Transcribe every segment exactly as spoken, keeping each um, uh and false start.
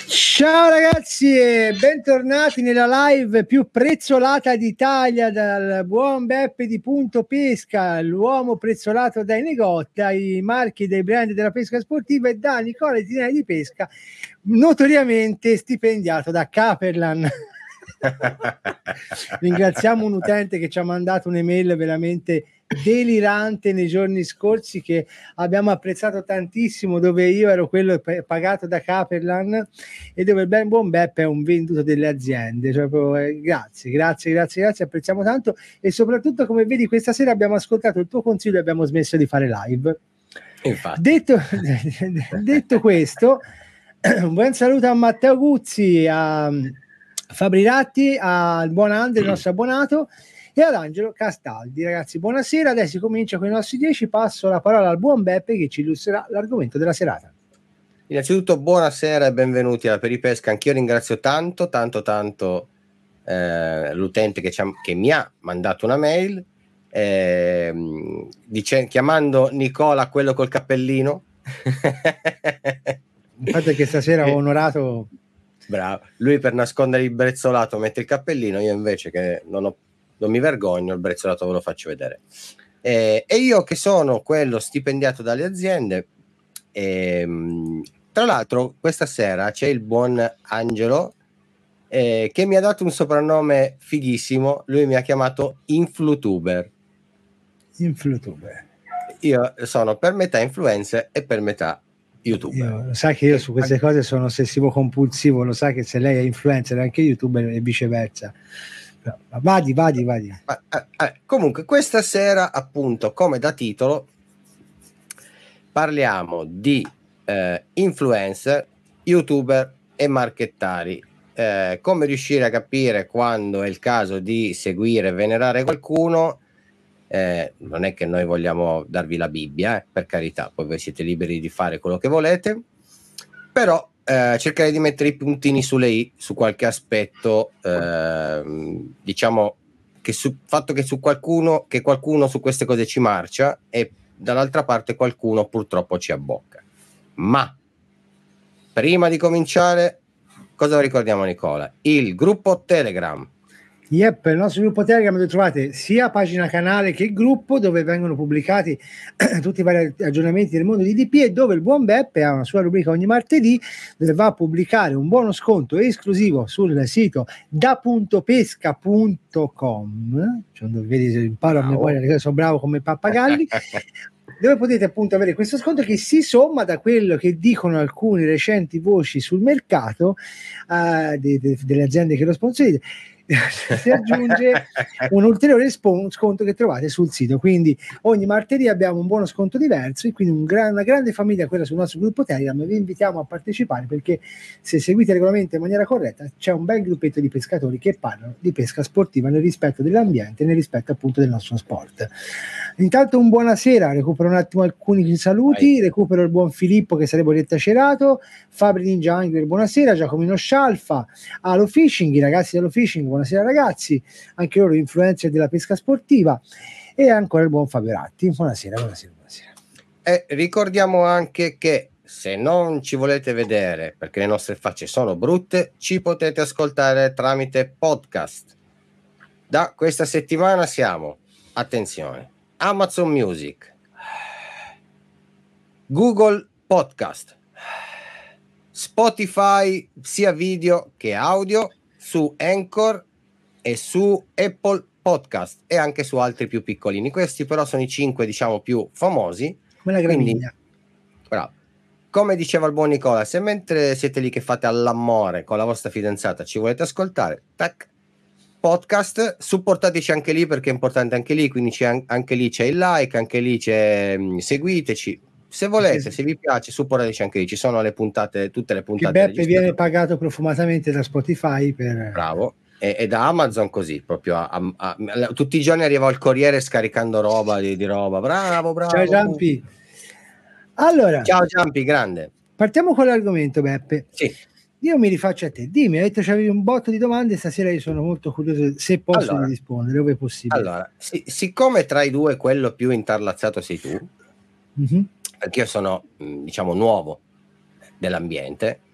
Ciao ragazzi e bentornati nella live più prezzolata d'Italia dal buon Beppe di Punto Pesca, l'uomo prezzolato dai negozi, dai marchi dei brand della pesca sportiva, e da Nicola Itinerari di Pesca, notoriamente stipendiato da Caperlan. Ringraziamo un utente che ci ha mandato un'email veramente delirante nei giorni scorsi, che abbiamo apprezzato tantissimo, dove io ero quello pagato da Caperlan e dove il ben buon Beppe è un venduto delle aziende. Cioè, proprio, eh, grazie, grazie, grazie, grazie, apprezziamo tanto. E soprattutto, come vedi, questa sera abbiamo ascoltato il tuo consiglio e abbiamo smesso di fare live. Infatti. Detto, detto questo, un buon saluto a Matteo Guzzi, a Fabri Ratti, al buon Andre, il nostro abbonato, e ad Angelo Castaldi. Ragazzi, buonasera. Adesso si comincia con i nostri dieci. Passo la parola al buon Beppe che ci illustrerà l'argomento della serata. Innanzitutto buonasera e benvenuti alla Peripesca. Anch'io ringrazio tanto tanto tanto eh, l'utente che, ci ha, che mi ha mandato una mail eh, dice, chiamando Nicola quello col cappellino. Infatti che stasera ho onorato. Bravo, lui per nascondere il brezzolato mette il cappellino, io invece che non, ho, non mi vergogno, il brezzolato ve lo faccio vedere. Eh, e io che sono quello stipendiato dalle aziende, ehm, tra l'altro questa sera c'è il buon Angelo eh, che mi ha dato un soprannome fighissimo. Lui mi ha chiamato Influtuber. Influtuber. Io sono per metà influencer e per metà YouTuber. Io, lo sai che io su queste cose sono ossessivo compulsivo, lo sai che se lei è influencer anche YouTuber e viceversa. Però, vadi, vadi, vadi. Ma, eh, eh, comunque questa sera, appunto, come da titolo, parliamo di eh, influencer, YouTuber e marchettari. Eh, come riuscire a capire quando è il caso di seguire e venerare qualcuno. Eh, non è che noi vogliamo darvi la Bibbia, eh, per carità, poi voi siete liberi di fare quello che volete, però eh, cercare di mettere i puntini sulle i su qualche aspetto, eh, diciamo che sul fatto che su qualcuno che qualcuno su queste cose ci marcia e dall'altra parte qualcuno purtroppo ci abbocca. Ma prima di cominciare, cosa ricordiamo, Nicola? Il gruppo Telegram. Yep, il nostro gruppo Telegram, dove trovate sia pagina canale che gruppo, dove vengono pubblicati tutti i vari aggiornamenti del mondo di D P, e dove il buon Beppe ha una sua rubrica ogni martedì dove va a pubblicare un buono sconto esclusivo sul sito da punto pesca punto com, cioè dove vedi se imparo a memoria che sono bravo come pappagalli, dove potete appunto avere questo sconto che si somma da quello che dicono alcune recenti voci sul mercato, uh, de, de, delle aziende che lo sponsorizzano. Si aggiunge un ulteriore sconto che trovate sul sito. Quindi ogni martedì abbiamo un buono sconto diverso, e quindi un gran, una grande famiglia quella sul nostro gruppo Telegram. Vi invitiamo a partecipare, perché se seguite il regolamento in maniera corretta c'è un bel gruppetto di pescatori che parlano di pesca sportiva nel rispetto dell'ambiente e nel rispetto appunto del nostro sport. Intanto un buonasera, recupero un attimo alcuni saluti. Vai. Recupero il buon Filippo che sarebbe dettacerato, Fabri Ninja Angler, buonasera, Giacomino Scialfa, Alo Fishing, i ragazzi dello Fishing, buonasera ragazzi, anche loro influencer della pesca sportiva, e ancora il buon Fabio Ratti, buonasera, buonasera, buonasera. E ricordiamo anche che se non ci volete vedere perché le nostre facce sono brutte, ci potete ascoltare tramite podcast. Da questa settimana siamo, attenzione, Amazon Music, Google Podcast, Spotify sia video che audio, su Anchor e su Apple Podcast e anche su altri più piccolini. Questi però sono i cinque, diciamo, più famosi. Come la gramigna. Bravo. Come diceva il buon Nicola, se mentre siete lì che fate all'amore con la vostra fidanzata ci volete ascoltare, tac, podcast, supportateci anche lì, perché è importante anche lì, quindi c'è anche lì c'è il like, anche lì c'è seguiteci, se volete, sì, sì. Se vi piace supportateci anche lì, ci sono le puntate, tutte le puntate. Che Beppe viene pagato profumatamente da Spotify per... Bravo, e, e da Amazon così, proprio a, a, a, a, tutti i giorni arriva il corriere scaricando roba di, di roba, bravo, bravo. Ciao Giampi. Allora, ciao Giampi, grande. Partiamo con l'argomento, Beppe. Sì. Io mi rifaccio a te, dimmi, hai detto che avevi un botto di domande, stasera io sono molto curioso se posso allora, rispondere, ove è possibile. Allora, sì, siccome tra i due quello più intarlazzato sei tu, mm-hmm. perché io sono, diciamo, nuovo dell'ambiente,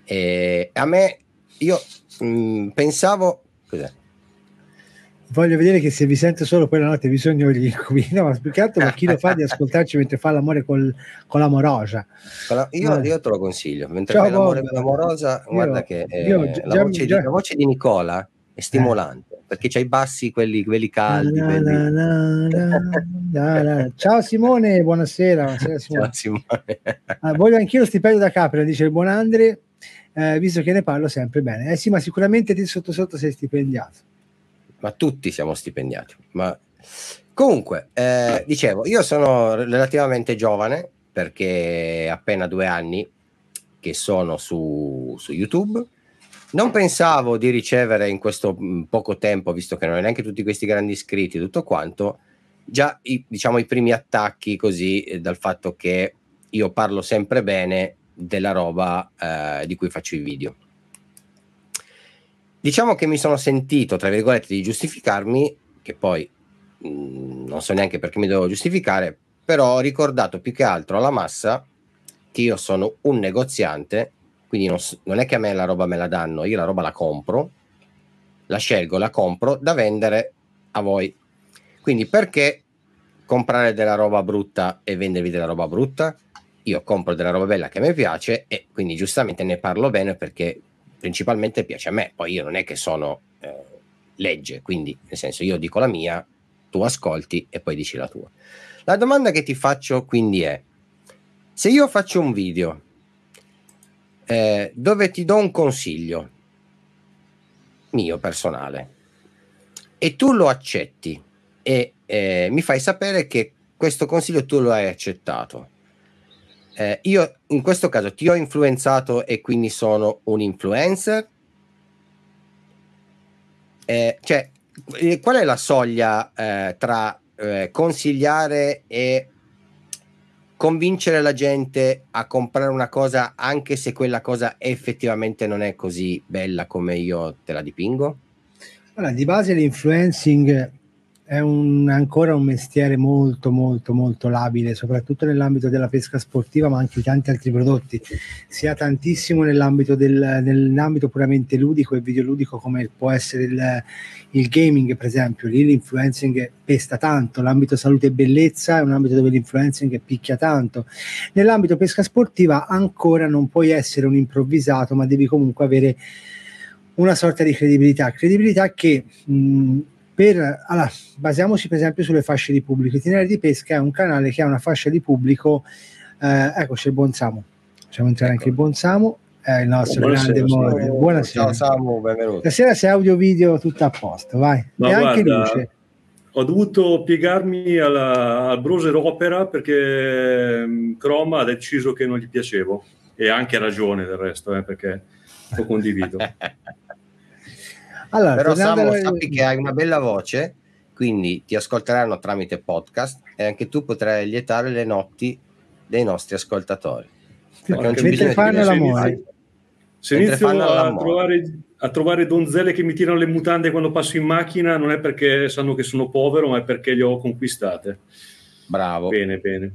E a me, io mh, pensavo, cos'è? Voglio vedere che se vi sento solo poi la notte vi sogno gli incubi. No, ma più che altro per chi lo fa di ascoltarci mentre fa l'amore col, con l'amorosa. Io, Eh. io te lo consiglio, mentre Ciao fai l'amore Bob. con l'amorosa, guarda Io, che io eh, la, già, voce di, già... la voce di Nicola è stimolante, eh. perché c'hai i bassi, quelli, quelli caldi. Na, Quelli... na, na, na, na, na. Ciao Simone, buonasera. Buonasera Simone. Ciao Simone. Ah, voglio anch'io lo stipendio da Capra, dice il buon Andre, eh, visto che ne parlo sempre bene. Eh sì, ma sicuramente ti sotto sotto sei stipendiato. Ma tutti siamo stipendiati. Ma comunque, eh, dicevo, io sono relativamente giovane perché appena due anni che sono su, su YouTube. Non pensavo di ricevere in questo mh, poco tempo, visto che non ho neanche tutti questi grandi iscritti, tutto quanto, già i, diciamo i primi attacchi così eh, dal fatto che io parlo sempre bene della roba eh, di cui faccio i video. Diciamo che mi sono sentito, tra virgolette, di giustificarmi, che poi mh, non so neanche perché mi devo giustificare, però ho ricordato più che altro alla massa che io sono un negoziante, quindi non, non è che a me la roba me la danno, io la roba la compro, la scelgo, la compro da vendere a voi. Quindi perché comprare della roba brutta e vendervi della roba brutta? Io compro della roba bella che a me piace e quindi giustamente ne parlo bene perché principalmente piace a me. Poi io non è che sono eh, legge, quindi nel senso io dico la mia, tu ascolti e poi dici la tua. La domanda che ti faccio quindi è: se io faccio un video eh, dove ti do un consiglio mio personale e tu lo accetti e eh, mi fai sapere che questo consiglio tu lo hai accettato, eh, io in questo caso ti ho influenzato e quindi sono un influencer, eh, cioè qual è la soglia eh, tra eh, consigliare e convincere la gente a comprare una cosa anche se quella cosa effettivamente non è così bella come io te la dipingo? Allora, di base l'influencing è un, ancora un mestiere molto molto molto labile, soprattutto nell'ambito della pesca sportiva, ma anche di tanti altri prodotti, sia tantissimo nell'ambito, del, nell'ambito puramente ludico e videoludico come può essere il, il gaming, per esempio. Lì l'influencing pesta tanto, l'ambito salute e bellezza è un ambito dove l'influencing picchia tanto. Nell'ambito pesca sportiva ancora non puoi essere un improvvisato, ma devi comunque avere una sorta di credibilità, credibilità che mh, per, allora, basiamoci per esempio sulle fasce di pubblico. Itinerari di pesca è un canale che ha una fascia di pubblico, eh, ecco c'è il buon Samu, facciamo entrare ecco anche il buon Samu, è il nostro Buonasera, grande Morgan. Oh, Buonasera. Ciao Samu, benvenuto. Stasera sei audio video tutto a posto, vai. Ma e guarda, anche luce. Ho dovuto piegarmi alla, al browser Opera perché um, Chrome ha deciso che non gli piacevo, e ha anche ragione del resto, eh, perché lo condivido. Allora, però Samu, alla... sappi che hai una bella voce, quindi ti ascolteranno tramite podcast e anche tu potrai lietare le notti dei nostri ascoltatori, perché non c'è bisogno fanno di l'amore. Se Mentre inizio a l'amore. trovare, a trovare donzelle che mi tirano le mutande quando passo in macchina, non è perché sanno che sono povero, ma è perché le ho conquistate. Bravo. Bene, bene.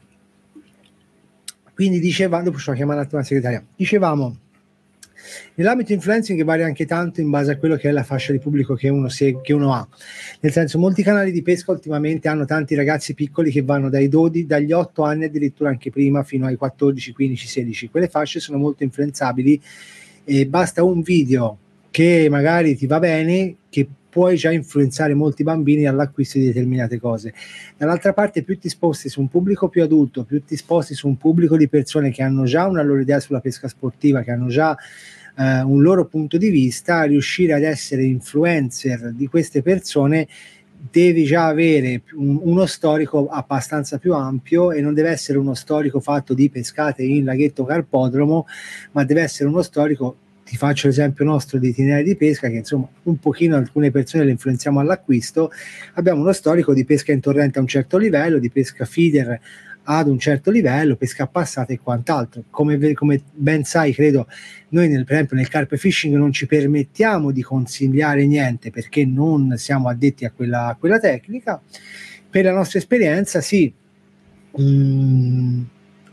Quindi dicevamo, dopo ci chiamare un attimo la segretaria, dicevamo, nell'ambito influencing varia anche tanto in base a quello che è la fascia di pubblico che uno, segue, che uno ha, nel senso molti canali di pesca ultimamente hanno tanti ragazzi piccoli che vanno dai dodici, dagli otto anni addirittura anche prima fino ai quattordici, quindici, sedici. Quelle fasce sono molto influenzabili e basta un video che magari ti va bene che puoi già influenzare molti bambini all'acquisto di determinate cose. Dall'altra parte, più ti sposti su un pubblico più adulto, più ti sposti su un pubblico di persone che hanno già una loro idea sulla pesca sportiva, che hanno già eh, un loro punto di vista, riuscire ad essere influencer di queste persone devi già avere un, uno storico abbastanza più ampio, e non deve essere uno storico fatto di pescate in laghetto carpodromo, ma deve essere uno storico, ti faccio l'esempio nostro di itinerari di pesca, che insomma un pochino alcune persone le influenziamo all'acquisto. Abbiamo uno storico di pesca in torrente a un certo livello, di pesca feeder ad un certo livello, pesca passata e quant'altro. Come, come ben sai, credo, noi nel, per esempio nel carpe fishing non ci permettiamo di consigliare niente perché non siamo addetti a quella, a quella tecnica. Per la nostra esperienza sì, mh,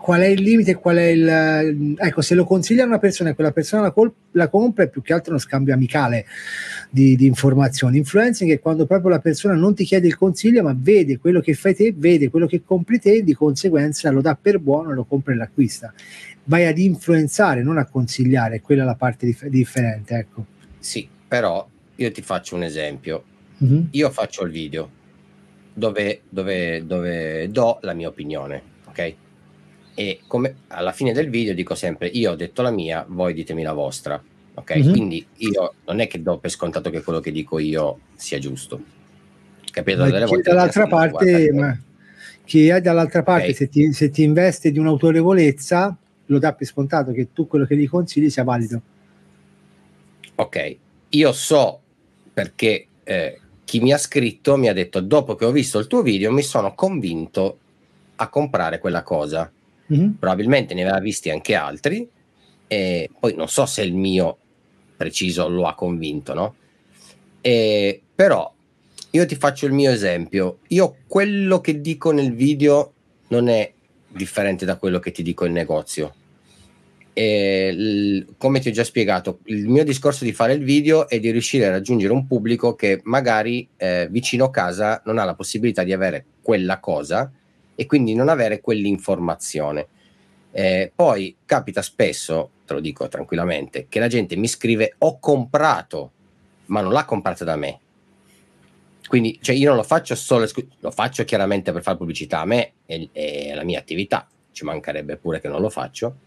qual è il limite, qual è il ecco, se lo consiglia a una persona e quella persona la, col- la compra, è più che altro uno scambio amicale di, di informazioni. Influencing è quando proprio la persona non ti chiede il consiglio, ma vede quello che fai te, vede quello che compri te, di conseguenza lo dà per buono, lo compra e l'acquista. Vai ad influenzare, non a consigliare, quella è la parte dif- differente, ecco. Sì, però io ti faccio un esempio. Mm-hmm. Io faccio il video dove, dove, dove do la mia opinione, ok? E come alla fine del video dico sempre: io ho detto la mia, voi ditemi la vostra, ok? Mm-hmm. Quindi io non è che do per scontato che quello che dico io sia giusto, capito? Ma delle chi volte dall'altra scritto, parte, ma chi è dall'altra parte, okay, se, ti, se ti investe di un'autorevolezza, lo dà per scontato che tu quello che gli consigli sia valido. Ok, io so perché eh, chi mi ha scritto mi ha detto: dopo che ho visto il tuo video mi sono convinto a comprare quella cosa. Mm-hmm. Probabilmente ne aveva visti anche altri, e poi non so se il mio preciso lo ha convinto, no? E, però io ti faccio il mio esempio. Io quello che dico nel video non è differente da quello che ti dico in negozio. E, l- come ti ho già spiegato, il mio discorso di fare il video è di riuscire a raggiungere un pubblico che magari eh, vicino a casa non ha la possibilità di avere quella cosa e quindi non avere quell'informazione. Eh, poi capita spesso, te lo dico tranquillamente, che la gente mi scrive: ho comprato, ma non l'ha comprata da me. Quindi, cioè, io non lo faccio solo, lo faccio chiaramente per fare pubblicità a me e, e la mia attività, ci mancherebbe pure che non lo faccio.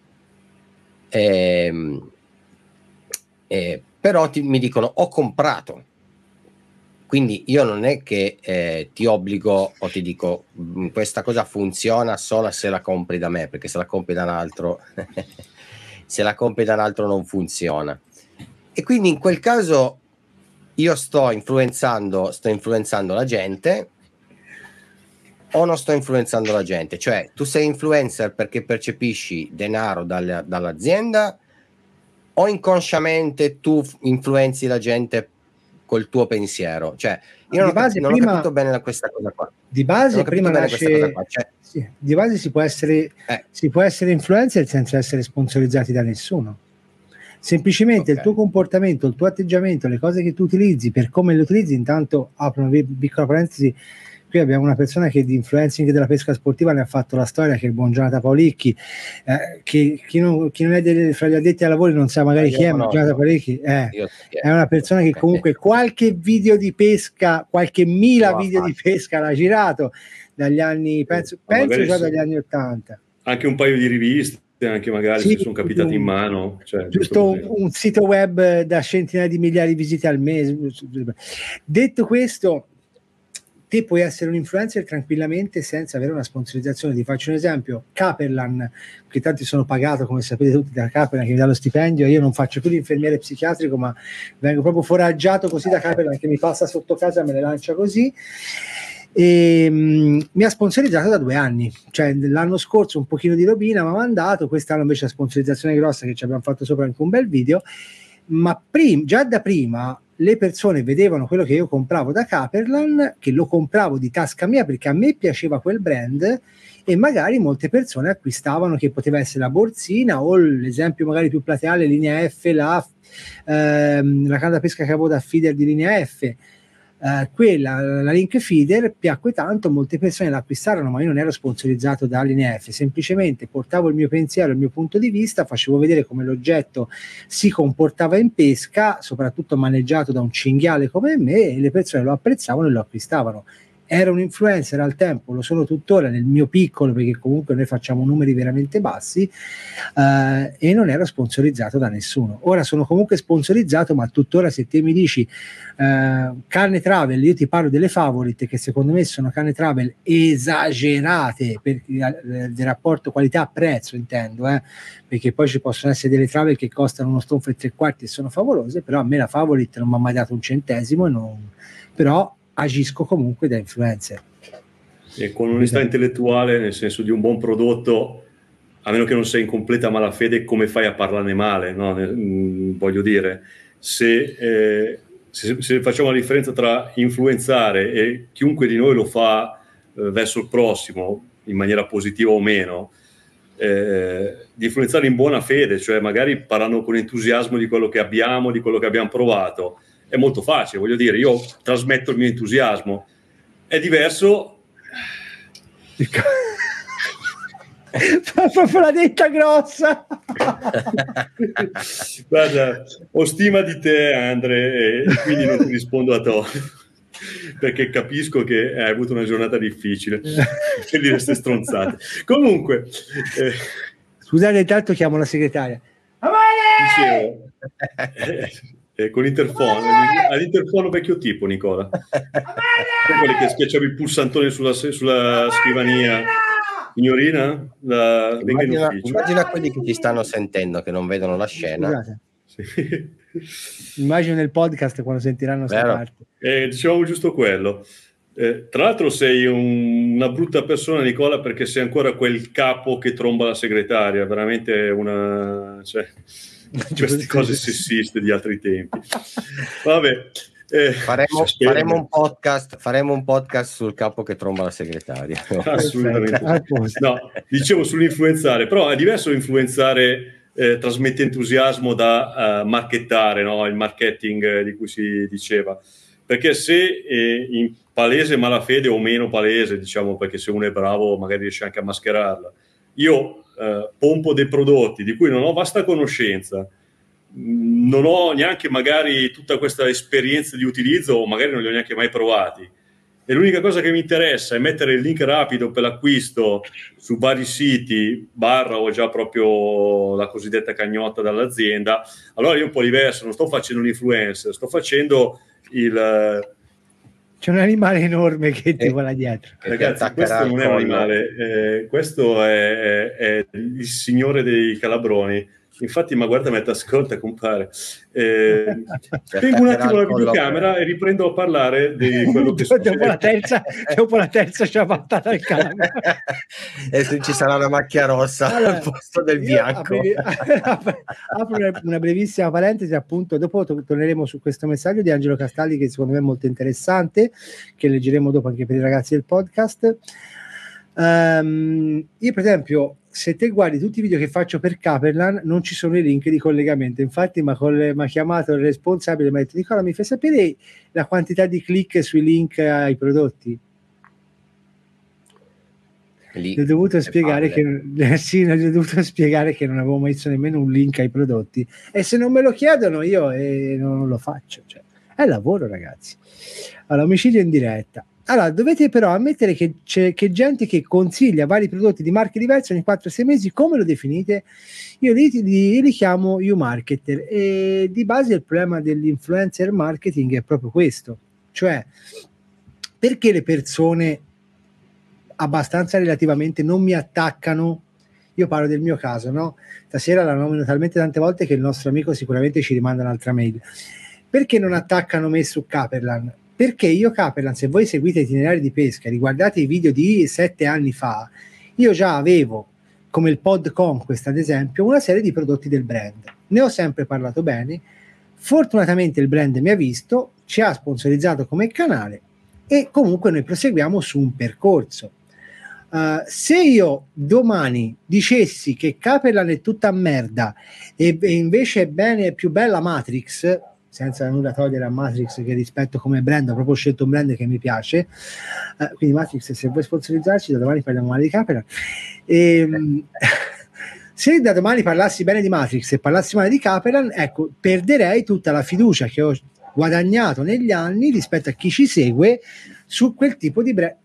Eh, eh, però ti, mi dicono: ho comprato. Quindi io non è che eh, ti obbligo o ti dico questa cosa funziona solo se la compri da me, perché se la compri da un altro se la compri da un altro non funziona. E quindi in quel caso io sto influenzando sto influenzando la gente o non sto influenzando la gente? Cioè, tu sei influencer perché percepisci denaro dal, dall'azienda, o inconsciamente tu influenzi la gente col tuo pensiero? Cioè, io non, ho, cap- non prima, ho capito bene questa cosa qua. Di base, non ho capito prima bene nasce, questa cosa qua. Cioè, sì, di base si può essere, eh. si può essere influencer senza essere sponsorizzati da nessuno. Semplicemente okay. Il tuo comportamento, il tuo atteggiamento, le cose che tu utilizzi, per come le utilizzi. Intanto apro una piccola parentesi. Qui abbiamo una persona che di influencing della pesca sportiva ne ha fatto la storia, che è il buon Jonathan Paulicchi, eh, che chi non, chi non è delle, fra gli addetti ai lavori non sa magari chi è, ma Jonathan Paulicchi eh, è una persona che comunque qualche video di pesca, qualche mila video di pesca l'ha girato dagli anni, penso, penso già dagli anni ottanta. Anche un paio di riviste, anche magari sì, se sono capitati in mano. Cioè, giusto un, un sito web da centinaia di migliaia di visite al mese. Detto questo, te puoi essere un influencer tranquillamente senza avere una sponsorizzazione. Ti faccio un esempio: Capellan, che tanti sono pagato, come sapete tutti, da Capellan, che mi dà lo stipendio. Io non faccio più l'infermiere psichiatrico, ma vengo proprio foraggiato così da Capellan, che mi passa sotto casa e me le lancia così. E, mh, mi ha sponsorizzato da due anni, cioè l'anno scorso un pochino di robina mi ha mandato, quest'anno invece la sponsorizzazione grossa, che ci abbiamo fatto sopra anche un bel video. Ma prim- già da prima le persone vedevano quello che io compravo da Capellan, che lo compravo di tasca mia perché a me piaceva quel brand, e magari molte persone acquistavano, che poteva essere la borsina o l'esempio magari più plateale, linea F, la, ehm, la canna da pesca che avevo da feeder di linea F. Uh, quella, la link feeder, piacque tanto, molte persone l'acquistarono, ma io non ero sponsorizzato da Linea F, semplicemente portavo il mio pensiero, il mio punto di vista, facevo vedere come l'oggetto si comportava in pesca, soprattutto maneggiato da un cinghiale come me, e le persone lo apprezzavano e lo acquistavano. Era un influencer al tempo, lo sono tuttora nel mio piccolo, perché comunque noi facciamo numeri veramente bassi, eh, e non ero sponsorizzato da nessuno. Ora sono comunque sponsorizzato, ma tuttora se te mi dici eh, canne travel, io ti parlo delle Favorite, che secondo me sono canne travel esagerate per il rapporto qualità-prezzo, intendo, eh, perché poi ci possono essere delle travel che costano uno stonfo e tre quarti e sono favolose, però a me la Favorite non mi ha mai dato un centesimo, e non, però agisco comunque da influencer. E con onestà intellettuale, nel senso di un buon prodotto, a meno che non sei in completa malafede, come fai a parlarne male? No? Mm, voglio dire, se, eh, se, se facciamo la differenza tra influenzare e chiunque di noi lo fa eh, verso il prossimo, in maniera positiva o meno, eh, di influenzare in buona fede, cioè magari parlando con entusiasmo di quello che abbiamo, di quello che abbiamo provato. È molto facile, voglio dire, io trasmetto il mio entusiasmo. È diverso... Fa proprio la detta grossa. Guarda, ho stima di te, Andre, e quindi non ti rispondo a to, perché capisco che hai avuto una giornata difficile per dire queste stronzate. Comunque, eh, scusate, intanto chiamo la segretaria. Dicevo, eh, eh, con l'interfono, all'interfono vecchio tipo, Nicola, quelli che schiacciavi il pulsantone sulla, sulla scrivania. Signorina, la... immagina, immagina quelli che ti stanno sentendo, che non vedono la scena. Sì. Immagino nel podcast quando sentiranno questa parte. Eh, dicevamo giusto quello. Eh, tra l'altro sei un, una brutta persona, Nicola, perché sei ancora quel capo che tromba la segretaria, veramente una... Cioè, queste cose sessiste di altri tempi. Vabbè. Eh, faremo, faremo, un podcast, faremo un podcast sul capo che tromba la segretaria. Assolutamente. No, dicevo sull'influenzare, però è diverso influenzare, eh, trasmette entusiasmo da uh, marchettare, no? Il marketing eh, di cui si diceva. Perché se eh, in palese malafede o meno palese, diciamo, perché se uno è bravo magari riesce anche a mascherarla, io eh, pompo dei prodotti di cui non ho vasta conoscenza, non ho neanche magari tutta questa esperienza di utilizzo, o magari non li ho neanche mai provati, e l'unica cosa che mi interessa è mettere il link rapido per l'acquisto su vari siti, barra o già proprio la cosiddetta cagnotta dall'azienda, allora io un po' diverso, non sto facendo un influencer, sto facendo il... C'è un animale enorme che ti vuole dietro. Ragazzi, questo non è un animale, eh, questo è, è, è il signore dei calabroni. Infatti, ma guarda, me t'ascolta, compare. Eh, spengo un attimo la videocamera e riprendo a parlare di quello che dopo, dopo la terza, dopo la terza ciabatta dal cane. E se ci sarà una macchia rossa allora, al posto del bianco. Apro, apro una brevissima parentesi, appunto, dopo to- torneremo su questo messaggio di Angelo Castaldi, che secondo me è molto interessante, che leggeremo dopo anche per i ragazzi del podcast. Um, io per esempio, se te guardi tutti i video che faccio per Caperlan, non ci sono i link di collegamento. Infatti mi ha chiamato il responsabile e mi ha detto: Nicola, mi fai sapere la quantità di click sui link ai prodotti? Lì ho dovuto spiegare che eh, sì, ho dovuto spiegare che non avevo mai messo nemmeno un link ai prodotti, e se non me lo chiedono io eh, non lo faccio, cioè, è lavoro, ragazzi. Allora, omicidio in diretta. Allora, dovete però ammettere che c'è che gente che consiglia vari prodotti di marche diverse ogni quattro sei mesi. Come lo definite? Io li, li, li chiamo U-marketer, e di base il problema dell'influencer marketing è proprio questo, cioè perché le persone abbastanza relativamente non mi attaccano. Io parlo del mio caso, no? Stasera la nomino talmente tante volte che il nostro amico sicuramente ci rimanda un'altra mail. Perché non attaccano me su Caperlan? Perché io Caperlan, se voi seguite itinerari di pesca, riguardate i video di sette anni fa, io già avevo, come il Pod Conquest ad esempio, una serie di prodotti del brand. Ne ho sempre parlato bene. Fortunatamente il brand mi ha visto, ci ha sponsorizzato come canale, e comunque noi proseguiamo su un percorso. Uh, se io domani dicessi che Caperlan è tutta merda e, e invece è bene, è più bella Matrix, senza nulla togliere a Matrix, che rispetto come brand, ho proprio scelto un brand che mi piace, uh, quindi Matrix, se vuoi sponsorizzarci, da domani parliamo male di Caperlan. E, se da domani parlassi bene di Matrix e parlassi male di Caperlan, ecco, perderei tutta la fiducia che ho guadagnato negli anni rispetto a chi ci segue su quel tipo di brand.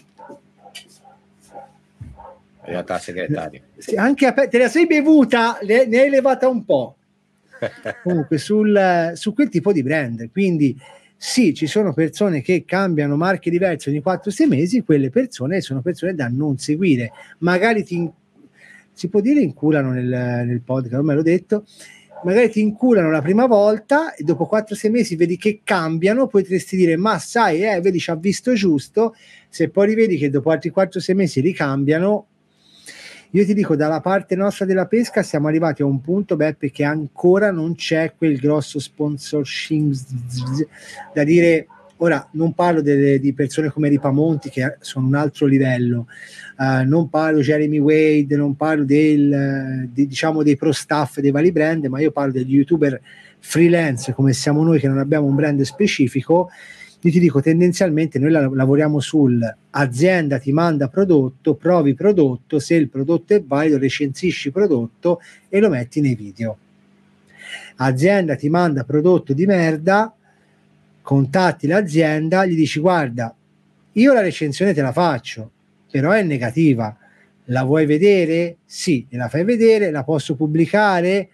In realtà, segretario, sì, anche a te la sei bevuta, ne, ne hai levata un po'. Comunque sul, su quel tipo di brand, quindi sì, ci sono persone che cambiano marche diverse ogni quattro sei mesi. Quelle persone sono persone da non seguire, magari ti, si può dire inculano nel, nel podcast, non me l'ho detto, magari ti inculano la prima volta e dopo quattro sei mesi vedi che cambiano, potresti dire ma sai, eh, vedi, ci ha visto giusto. Se poi rivedi che dopo altri quattro sei mesi li cambiano, io ti dico, dalla parte nostra della pesca siamo arrivati a un punto, Beppe, che ancora non c'è quel grosso sponsorship da dire Ora non parlo delle, di persone come Ripamonti che sono un altro livello, uh, non parlo di Jeremy Wade, non parlo del, di, diciamo dei pro staff dei vari brand, ma io parlo degli youtuber freelance come siamo noi che non abbiamo un brand specifico. Io ti dico, tendenzialmente noi la, lavoriamo sul azienda ti manda prodotto, provi prodotto, se il prodotto è valido recensisci prodotto e lo metti nei video. Azienda ti manda prodotto di merda, contatti l'azienda, gli dici guarda, io la recensione te la faccio, però è negativa, la vuoi vedere? Sì, te la fai vedere, la posso pubblicare?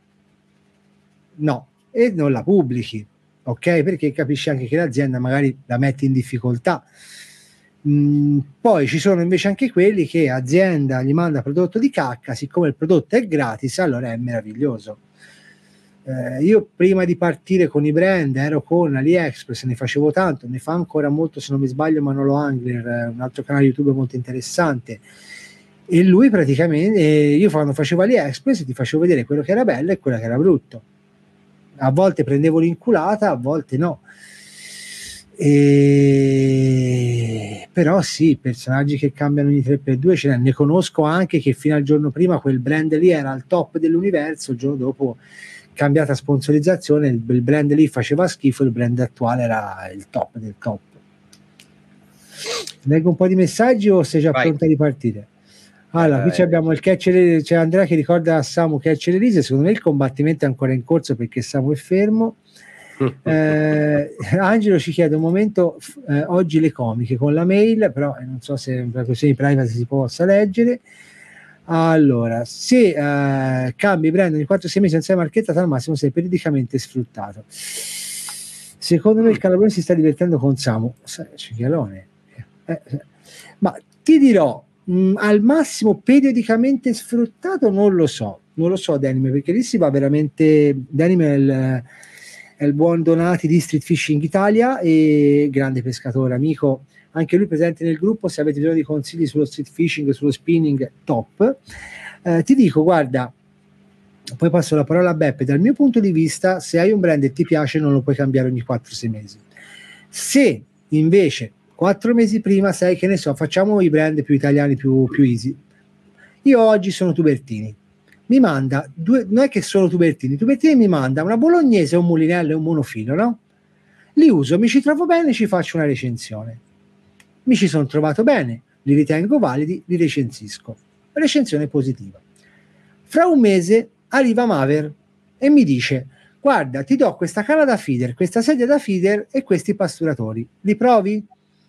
No, e non la pubblichi, ok? Perché capisci anche che l'azienda magari la mette in difficoltà. Mm, poi ci sono invece anche quelli che azienda gli manda prodotto di cacca, siccome il prodotto è gratis, allora è meraviglioso. Eh, io prima di partire con i brand ero con AliExpress, ne facevo tanto, ne fa ancora molto se non mi sbaglio Manolo Angler, un altro canale YouTube molto interessante, e lui praticamente, eh, io quando facevo AliExpress ti facevo vedere quello che era bello e quello che era brutto, a volte prendevo l'inculata, a volte no, e... però sì, personaggi che cambiano ogni tre per due ce ne, ne conosco anche che fino al giorno prima quel brand lì era al top dell'universo, il giorno dopo cambiata sponsorizzazione, il, il brand lì faceva schifo, il brand attuale era il top del top. Leggo un po' di messaggi o sei già Vai. pronta di partire? Allora, qui eh, abbiamo il catch, c'è Andrea che ricorda a Samu catch le risa, secondo me il combattimento è ancora in corso perché Samu è fermo. eh, Angelo ci chiede un momento, eh, oggi le comiche con la mail, però eh, non so se per questioni di privacy si possa leggere. Allora, se uh, cambi brand ogni quattro sei mesi senza marchettata, al massimo sei periodicamente sfruttato. Secondo me il Calabrone si sta divertendo con Samu. Cicchialone. Eh, eh. Ma ti dirò, mh, al massimo periodicamente sfruttato non lo so. Non lo so, Denime, perché lì si va veramente... Denime è il, è il buon Donati di Street Fishing Italia e grande pescatore, amico. Anche lui presente nel gruppo, se avete bisogno di consigli sullo street fishing, sullo spinning, top. Eh, ti dico, guarda, poi passo la parola a Beppe, dal mio punto di vista, se hai un brand e ti piace non lo puoi cambiare ogni quattro sei mesi. Se invece quattro mesi prima sai che ne so, facciamo i brand più italiani, più, più easy. Io oggi sono Tubertini, mi manda, due, non è che sono Tubertini, Tubertini mi manda una bolognese, un mulinello e un monofilo, no? Li uso, mi ci trovo bene, ci faccio una recensione. Mi ci sono trovato bene, li ritengo validi, li recensisco. Recensione positiva. Fra un mese arriva Maver e mi dice: guarda, ti do questa canna da feeder, questa sedia da feeder e questi pasturatori. Li provi?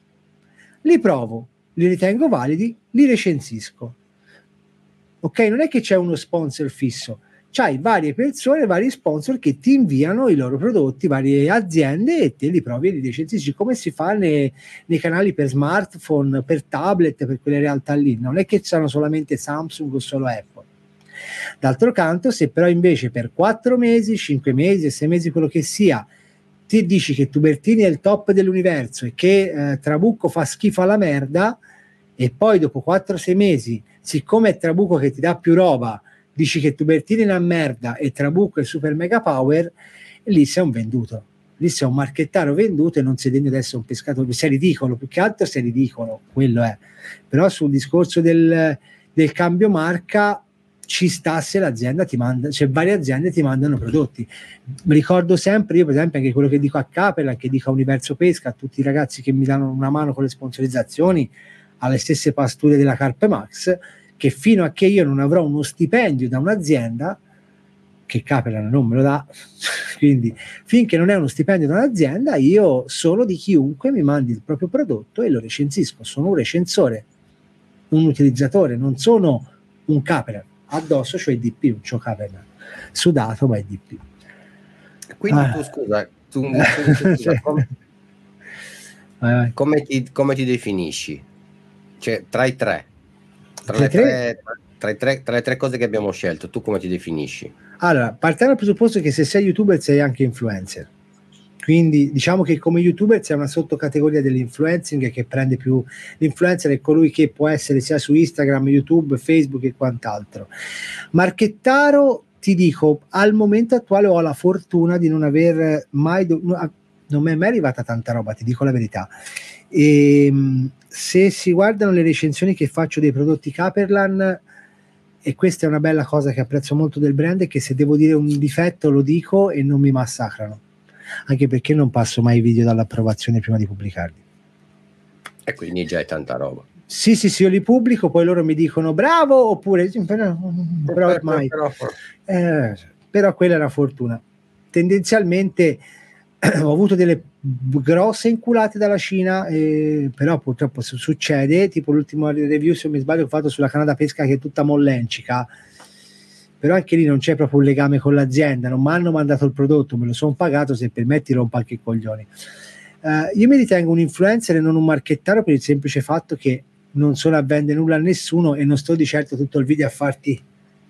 Li provo, li ritengo validi, li recensisco. Ok, non è che c'è uno sponsor fisso. C'hai varie persone, vari sponsor che ti inviano i loro prodotti, varie aziende e te li provi e li recensisci, come si fa nei, nei canali per smartphone, per tablet, per quelle realtà lì. Non è che c'hanno solamente Samsung o solo Apple. D'altro canto, se però invece per quattro mesi, cinque mesi, sei mesi, quello che sia, ti dici che Tubertini è il top dell'universo e che eh, Trabucco fa schifo alla merda, e poi dopo quattro sei mesi, siccome è Trabucco che ti dà più roba, dici che Tubertini è una merda e Trabucco è super mega power, e lì sei un venduto, lì sei un marchettaro venduto e non sei degno di essere un pescatore, sei ridicolo, più che altro sei ridicolo, quello è. Però sul discorso del, del cambio marca ci sta se l'azienda ti manda, cioè varie aziende ti mandano prodotti. Mi ricordo sempre, io per esempio anche quello che dico a Capella, che dico a Universo Pesca, a tutti i ragazzi che mi danno una mano con le sponsorizzazioni, alle stesse pasture della Carpe Max, che fino a che io non avrò uno stipendio da un'azienda, che Capella non me lo dà, quindi finché non è uno stipendio da un'azienda, io sono di chiunque mi mandi il proprio prodotto e lo recensisco. Sono un recensore, un utilizzatore, non sono un Capella. Addosso c'ho il D P, non c'ho Capella sudato, ma è D P. Quindi ah. tu scusa, tu, tu, tu, scusa come, vai, vai. Come, ti, come ti definisci? Cioè tra i tre tra le tre, tra, i tre, tra le tre cose che abbiamo scelto, tu come ti definisci? Allora, partiamo dal presupposto che se sei youtuber sei anche influencer, quindi diciamo che come youtuber c'è una sottocategoria dell'influencing che prende più. L'influencer è colui che può essere sia su Instagram, YouTube, Facebook e quant'altro. Marchettaro, ti dico, al momento attuale ho la fortuna di non aver mai do- non mi è mai arrivata tanta roba, ti dico la verità. E, se si guardano le recensioni che faccio dei prodotti Caperlan, e questa è una bella cosa che apprezzo molto del brand, è che se devo dire un difetto lo dico e non mi massacrano, anche perché non passo mai i video dall'approvazione prima di pubblicarli. E quindi già è tanta roba. Sì, sì, sì, io li pubblico, poi loro mi dicono bravo, oppure però, però ormai però, eh, però quella è una fortuna. Tendenzialmente ho avuto delle grosse inculate dalla Cina, eh, però purtroppo succede, tipo l'ultimo review, se non mi sbaglio, ho fatto sulla Canada Pesca, che è tutta mollencica, però anche lì non c'è proprio un legame con l'azienda, non mi hanno mandato il prodotto, me lo sono pagato, se permetti rompo anche i coglioni. Uh, io mi ritengo un influencer e non un marchettaro, per il semplice fatto che non sono a vendere nulla a nessuno e non sto di certo tutto il video a farti,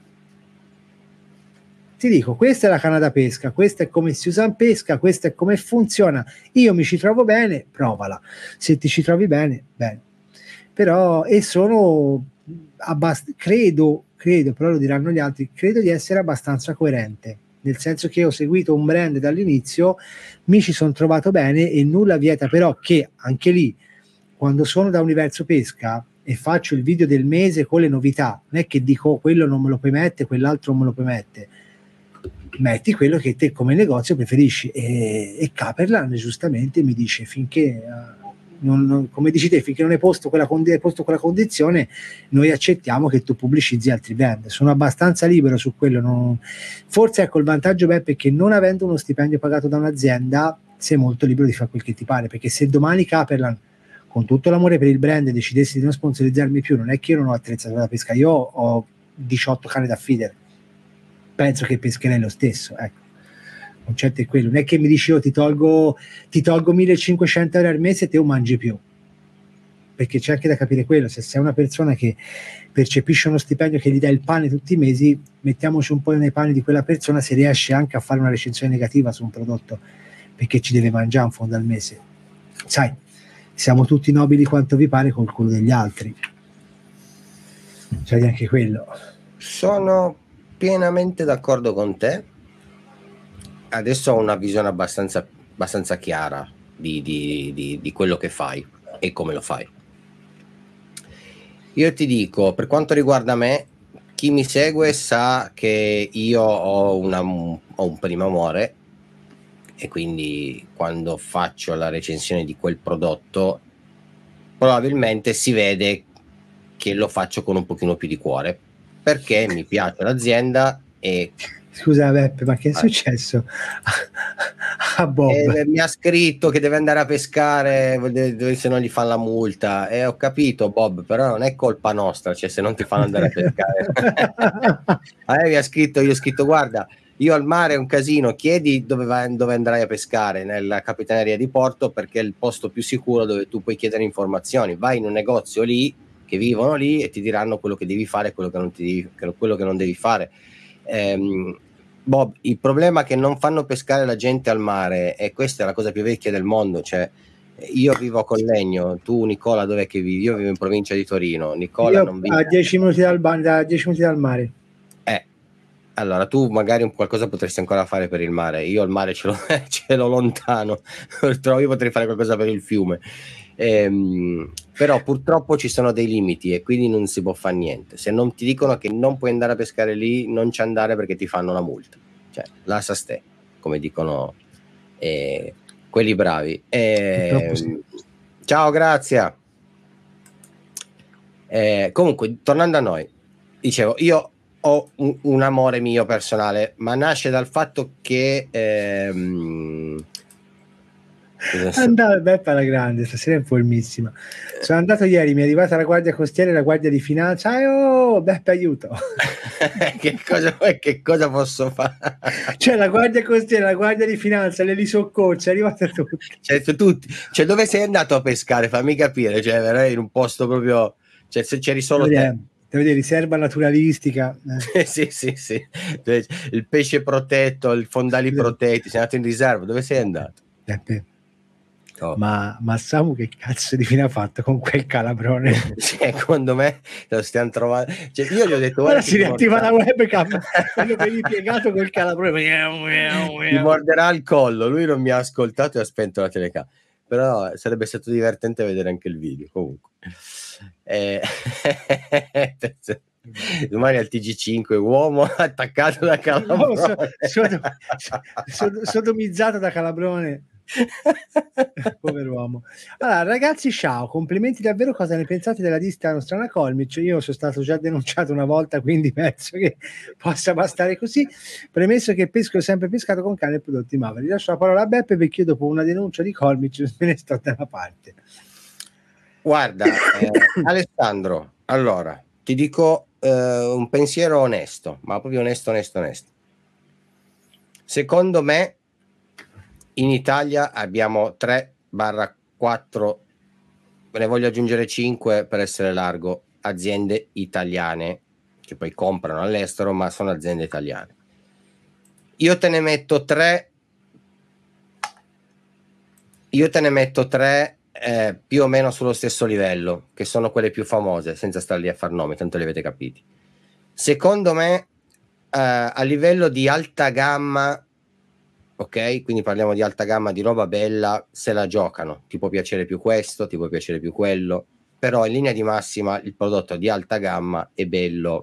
ti dico, questa è la canna da pesca, questa è come si usa in pesca, questa è come funziona, io mi ci trovo bene, provala, se ti ci trovi bene, bene. Però, e sono abbast- credo, credo, però lo diranno gli altri, credo di essere abbastanza coerente, nel senso che ho seguito un brand dall'inizio, mi ci sono trovato bene e nulla vieta però che anche lì, quando sono da Universo Pesca e faccio il video del mese con le novità, non è che dico quello non me lo puoi mettere, quell'altro non me lo puoi mettere, metti quello che te come negozio preferisci, e, e Caperlan giustamente mi dice finché uh, non, non, come dici te, finché non hai posto quella, hai posto quella condizione, noi accettiamo che tu pubblicizzi altri brand. Sono abbastanza libero su quello, non... forse ecco il vantaggio Beppe è che non avendo uno stipendio pagato da un'azienda sei molto libero di fare quel che ti pare, perché se domani Caperlan con tutto l'amore per il brand decidessi di non sponsorizzarmi più, non è che io non ho attrezzatura da pesca, io ho diciotto canne da feeder, penso che pescherei lo stesso, ecco. Il concetto è quello, non è che mi dici io ti tolgo ti tolgo millecinquecento euro al mese e te lo mangi più, perché c'è anche da capire quello, se sei una persona che percepisce uno stipendio che gli dà il pane tutti i mesi, mettiamoci un po' nei panni di quella persona, se riesce anche a fare una recensione negativa su un prodotto perché ci deve mangiare un fondo al mese, sai, siamo tutti nobili quanto vi pare col culo degli altri, c'è anche quello. Sono pienamente d'accordo con te. Adesso ho una visione abbastanza, abbastanza chiara di, di, di, di quello che fai e come lo fai. Io ti dico, per quanto riguarda me, chi mi segue sa che io ho, una, ho un primo amore, e quindi quando faccio la recensione di quel prodotto probabilmente si vede che lo faccio con un pochino più di cuore, perché mi piace l'azienda. E scusa Beppe, ma che è successo a Bob? Eh, mi ha scritto che deve andare a pescare se non gli fanno la multa, e ho capito Bob, però non è colpa nostra, cioè se non ti fanno andare a pescare. A me mi ha scritto, io ho scritto guarda, io al mare è un casino, chiedi dove, vai, dove andrai a pescare, nella capitaneria di porto, perché è il posto più sicuro dove tu puoi chiedere informazioni, vai in un negozio lì che vivono lì e ti diranno quello che devi fare e quello che non ti devi, quello che non devi fare. ehm, Bob, il problema è che non fanno pescare la gente al mare, e questa è la cosa più vecchia del mondo, cioè io vivo a Collegno, tu Nicola dov'è che vivi? Io vivo in provincia di Torino, Nicola io non vive a dieci minuti dal, da dieci minuti dal mare. Eh, allora tu magari un qualcosa potresti ancora fare per il mare, io il mare ce l'ho, ce l'ho lontano, purtroppo io potrei fare qualcosa per il fiume, ehm, però purtroppo ci sono dei limiti e quindi non si può fare niente. Se non ti dicono che non puoi andare a pescare lì, non ci andare perché ti fanno la multa, cioè lascia ste, come dicono eh, quelli bravi. Eh, sì. Ciao, grazie. Eh, comunque, tornando a noi, dicevo, io ho un, un amore mio personale, ma nasce dal fatto che ehm, andavo Beppe alla grande, stasera è informissima. Sono andato ieri, mi è arrivata la guardia costiera e la guardia di finanza. Eh, oh, Beppe, aiuto. che cosa che cosa posso fare? Cioè la guardia costiera, la guardia di finanza, le soccorsi, è arrivata tutti. Cioè, tutti. Cioè, dove sei andato a pescare? Fammi capire, cioè, veramente in un posto proprio, cioè, se c'eri solo devo te. Dire, devo dire, riserva naturalistica. Eh. sì, sì, sì. Il pesce protetto, il fondali protetti, sei andato in riserva, dove sei andato? Beppe. Oh. Ma, ma Samu che cazzo di fine ha fatto con quel calabrone? Cioè, secondo me lo stiamo trovando. Cioè, io gli ho detto: ora si riattiva la webcam e lo vedi piegato col calabrone. Ti morderà il collo. Lui non mi ha ascoltato e ha spento la telecamera. Però sarebbe stato divertente vedere anche il video. Comunque, eh... domani al T G cinque, uomo attaccato da calabrone, so, sodo, sodo, sodomizzato da calabrone. Povero uomo. Allora ragazzi, ciao, complimenti davvero. Cosa ne pensate della lista Nostrana Colmic? Io sono stato già denunciato una volta, quindi penso che possa bastare così. Premesso che pesco sempre pescato con cane e prodotti Mava. Rilascio la parola a Beppe perché io dopo una denuncia di Colmic me ne sto da una parte. Guarda, eh, Alessandro, allora ti dico eh, un pensiero onesto, ma proprio onesto, onesto, onesto. Secondo me in Italia abbiamo tre quattro, ve ne voglio aggiungere cinque per essere largo, aziende italiane che poi comprano all'estero, ma sono aziende italiane. Io te ne metto tre, io te ne metto tre eh, più o meno sullo stesso livello, che sono quelle più famose, senza star lì a far nomi, tanto li avete capiti. Secondo me eh, a livello di alta gamma, ok, quindi parliamo di alta gamma, di roba bella, se la giocano, ti può piacere più questo, ti può piacere più quello, però in linea di massima il prodotto di alta gamma è bello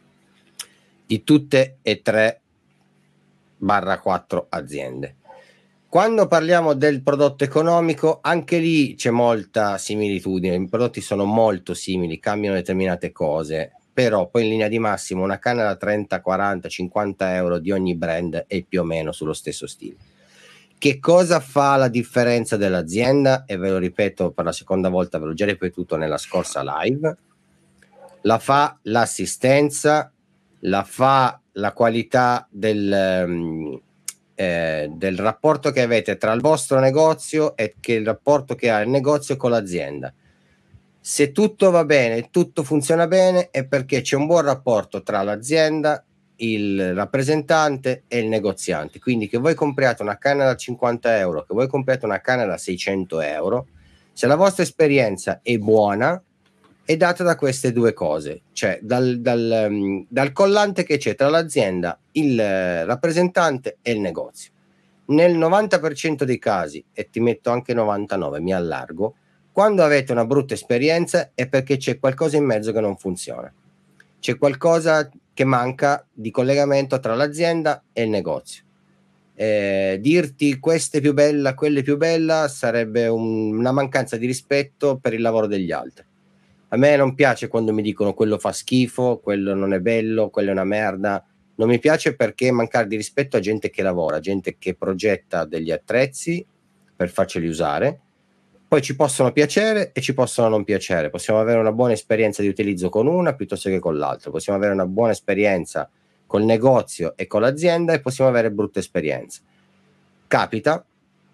di tutte e tre barra quattro aziende. Quando parliamo del prodotto economico, anche lì c'è molta similitudine, i prodotti sono molto simili, cambiano determinate cose, però poi in linea di massimo una canna da trenta, quaranta, cinquanta euro di ogni brand è più o meno sullo stesso stile. Che cosa fa la differenza dell'azienda? E ve lo ripeto per la seconda volta, ve l'ho già ripetuto nella scorsa live, la fa l'assistenza, la fa la qualità del, um, eh, del rapporto che avete tra il vostro negozio e che il rapporto che ha il negozio con l'azienda. Se tutto va bene, tutto funziona bene, è perché c'è un buon rapporto tra l'azienda, il rappresentante e il negoziante. Quindi che voi compriate una canna da cinquanta euro, che voi compriate una canna da seicento euro, se la vostra esperienza è buona, è data da queste due cose, cioè dal, dal, um, dal collante che c'è tra l'azienda, il uh, rappresentante e il negozio. Nel novanta per cento dei casi, e ti metto anche novantanove, mi allargo, quando avete una brutta esperienza è perché c'è qualcosa in mezzo che non funziona, c'è qualcosa che manca di collegamento tra l'azienda e il negozio. Eh, dirti questa è più bella, quella è più bella sarebbe un, una mancanza di rispetto per il lavoro degli altri. A me non piace quando mi dicono quello fa schifo, quello non è bello, quello è una merda. Non mi piace perché mancare di rispetto a gente che lavora, gente che progetta degli attrezzi per farceli usare. Poi ci possono piacere e ci possono non piacere. Possiamo avere una buona esperienza di utilizzo con una piuttosto che con l'altra. Possiamo avere una buona esperienza col negozio e con l'azienda e possiamo avere brutte esperienze. Capita.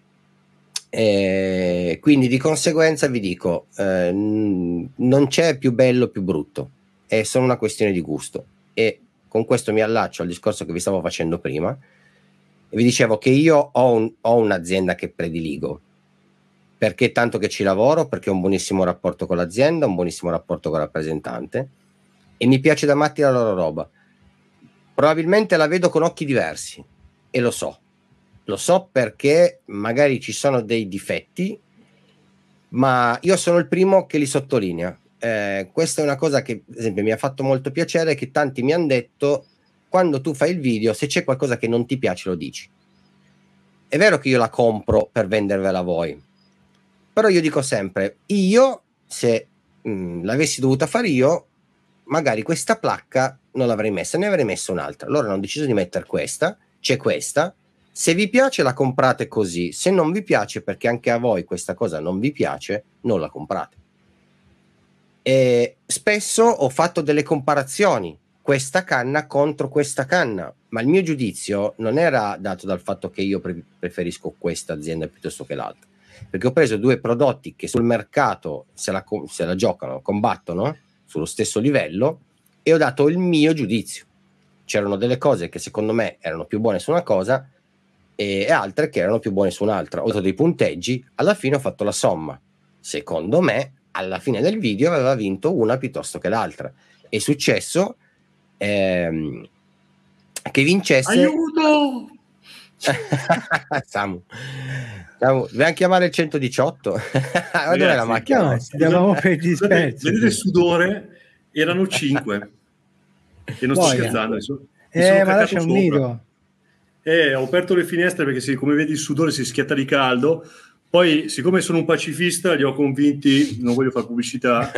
E quindi di conseguenza vi dico, eh, non c'è più bello o più brutto. È solo una questione di gusto. E con questo mi allaccio al discorso che vi stavo facendo prima. E vi dicevo che io ho, un, ho un'azienda che prediligo. Perché tanto che ci lavoro, perché ho un buonissimo rapporto con l'azienda, un buonissimo rapporto con il rappresentante e mi piace da matti la loro roba. Probabilmente la vedo con occhi diversi e lo so, lo so perché magari ci sono dei difetti, ma io sono il primo che li sottolinea. Eh, questa è una cosa che ad esempio mi ha fatto molto piacere, che tanti mi hanno detto: quando tu fai il video, se c'è qualcosa che non ti piace lo dici. È vero che io la compro per vendervela a voi, però io dico sempre, io se mh, l'avessi dovuta fare io, magari questa placca non l'avrei messa, ne avrei messo un'altra. Allora ho deciso di mettere questa, c'è questa, se vi piace la comprate così, se non vi piace perché anche a voi questa cosa non vi piace, non la comprate. E spesso ho fatto delle comparazioni, questa canna contro questa canna, ma il mio giudizio non era dato dal fatto che io pre- preferisco questa azienda piuttosto che l'altra, perché ho preso due prodotti che sul mercato se la, se la giocano, combattono sullo stesso livello e ho dato il mio giudizio. C'erano delle cose che secondo me erano più buone su una cosa, e, e altre che erano più buone su un'altra. Ho dato dei punteggi, alla fine ho fatto la somma. Secondo me, alla fine del video aveva vinto una piuttosto che l'altra. È successo ehm, che vincesse... Aiuto! Samu, Samu, dobbiamo chiamare il centodiciotto. Ma dov'è la macchina? No, eravamo per dispersi. Vedete il sudore? Erano cinque. E non sto Boia. scherzando. Mi sono, mi Eh, sono ma là cacato c'è un sopra. nido. Eh, ho aperto le finestre perché sì, come vedi il sudore si schiatta di caldo. Poi, siccome sono un pacifista, li ho convinti, non voglio fare pubblicità,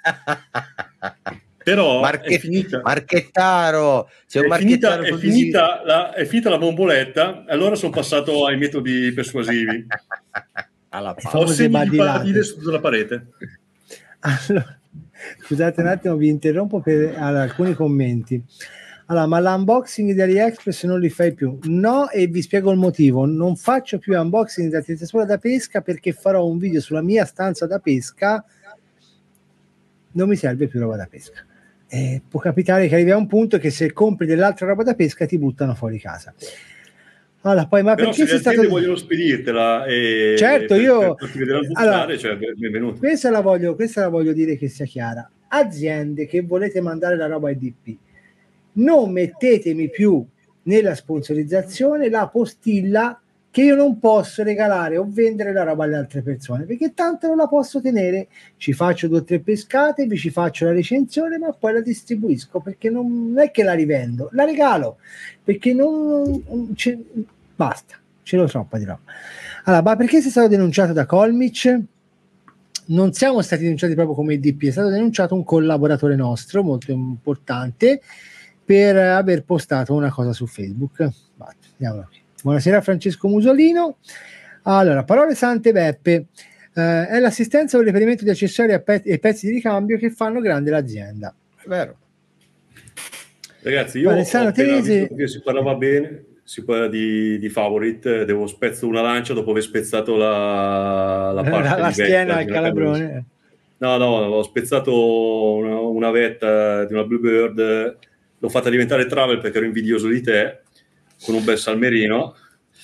però Marche- è finita. Marchettaro, sei un È finita, marchettaro è, così. finita la, è finita la bomboletta, allora sono passato ai metodi persuasivi. Alla Le palla. Ho famose segni di badilate. paradile su tutta la parete. Allora, scusate un attimo, vi interrompo per allora, alcuni commenti. Allora, ma l'unboxing di AliExpress non li fai più? No, e vi spiego il motivo. Non faccio più unboxing di attrezzatura da pesca perché farò un video sulla mia stanza da pesca. Non mi serve più roba da pesca. Eh, può capitare che arrivi a un punto che se compri dell'altra roba da pesca ti buttano fuori casa. Allora, poi, ma Però perché se le sei aziende stato... vogliono spedirtela e Certo, per, io- per farti vedere al buttare, allora, cioè, benvenuto. Questa la, voglio, questa la voglio dire che sia chiara. Aziende che volete mandare la roba ai D P, non mettetemi più nella sponsorizzazione la postilla che io non posso regalare o vendere la roba alle altre persone, perché tanto non la posso tenere. Ci faccio due o tre pescate, vi ci faccio la recensione, ma poi la distribuisco, perché non è che la rivendo, la regalo, perché non, non c'è, basta, ce l'ho troppa di roba. Allora, ma perché sei stato denunciato da Colmic? Non siamo stati denunciati proprio come I D P, è stato denunciato un collaboratore nostro molto importante per aver postato una cosa su Facebook. Vai, andiamo qui. Buonasera Francesco Musolino. Allora, parole sante Beppe, eh, è l'assistenza o il reperimento di accessori e, pe- e pezzi di ricambio che fanno grande l'azienda. È vero. Ragazzi, io ho Alessandro appena Teresi- visto che si parlava bene, si parla di, di Favorite, devo spezzo una lancia dopo aver spezzato la, la parte la, la di vetta schiena al di una calabrone. camisa. No, no, ho spezzato una, una vetta di una Bluebird, l'ho fatta diventare travel perché ero invidioso di te, con un bel salmerino,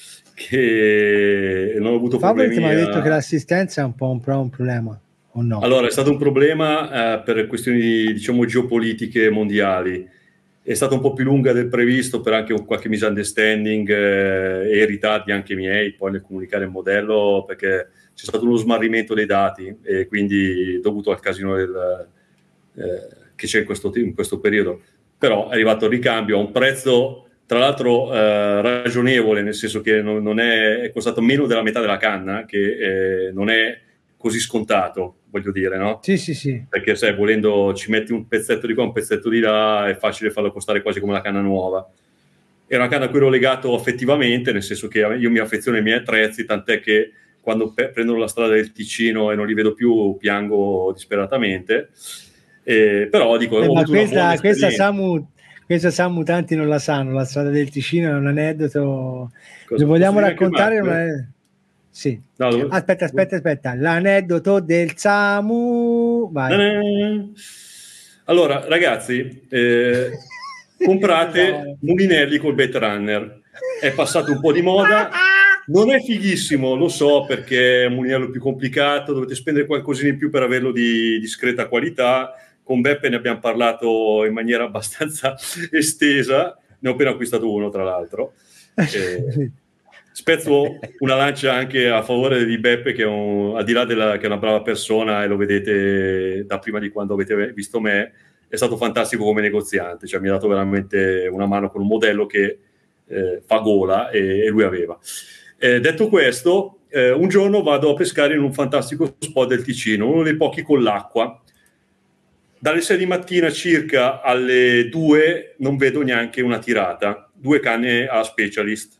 che non ho avuto Favorite problemi. mi ha detto a... che l'assistenza è un po' un, pro- un problema, o no? Allora, è stato un problema eh, per questioni, diciamo, geopolitiche mondiali. È stata un po' più lunga del previsto per anche un qualche misunderstanding eh, e ritardi anche miei poi nel comunicare il modello, perché c'è stato uno smarrimento dei dati e quindi dovuto al casino del, eh, che c'è in questo, in questo periodo. Però è arrivato il ricambio a un prezzo tra l'altro eh, ragionevole, nel senso che non, non è, è costato meno della metà della canna, che eh, non è così scontato, voglio dire, no? Sì, sì, sì. Perché sai, volendo ci metti un pezzetto di qua, un pezzetto di là, è facile farlo costare quasi come una canna nuova. È una canna a cui ero legato affettivamente, nel senso che io mi affeziono ai miei attrezzi, tant'è che quando pe- prendono la strada del Ticino e non li vedo più, piango disperatamente. Eh, però dico, Eh, ho ma avuto una buona questa, questa esperienza. Samu, questa Samu tanti non la sanno, la strada del Ticino è un aneddoto. Cosa, Lo vogliamo posso dire anche raccontare? Marco, Non eh? è... Sì. No, dove- Aspetta, aspetta, aspetta. L'aneddoto del Samu. Vai. Ta-da! Allora, ragazzi, eh, comprate mulinelli col bait runner. È passato un po' di moda. Non è fighissimo, lo so, perché è un mulinello più complicato, dovete spendere qualcosina in più per averlo di discreta qualità. Con Beppe ne abbiamo parlato in maniera abbastanza estesa. Ne ho appena acquistato uno, tra l'altro. Eh, spezzo una lancia anche a favore di Beppe, che è un, al di là della, che è una brava persona, e lo vedete da prima di quando avete visto me, è stato fantastico come negoziante, cioè mi ha dato veramente una mano con un modello che eh, fa gola, e, e lui aveva. Eh, detto questo, eh, un giorno vado a pescare in un fantastico spot del Ticino, uno dei pochi con l'acqua. Dalle sei di mattina circa alle due non vedo neanche una tirata, due canne a specialist.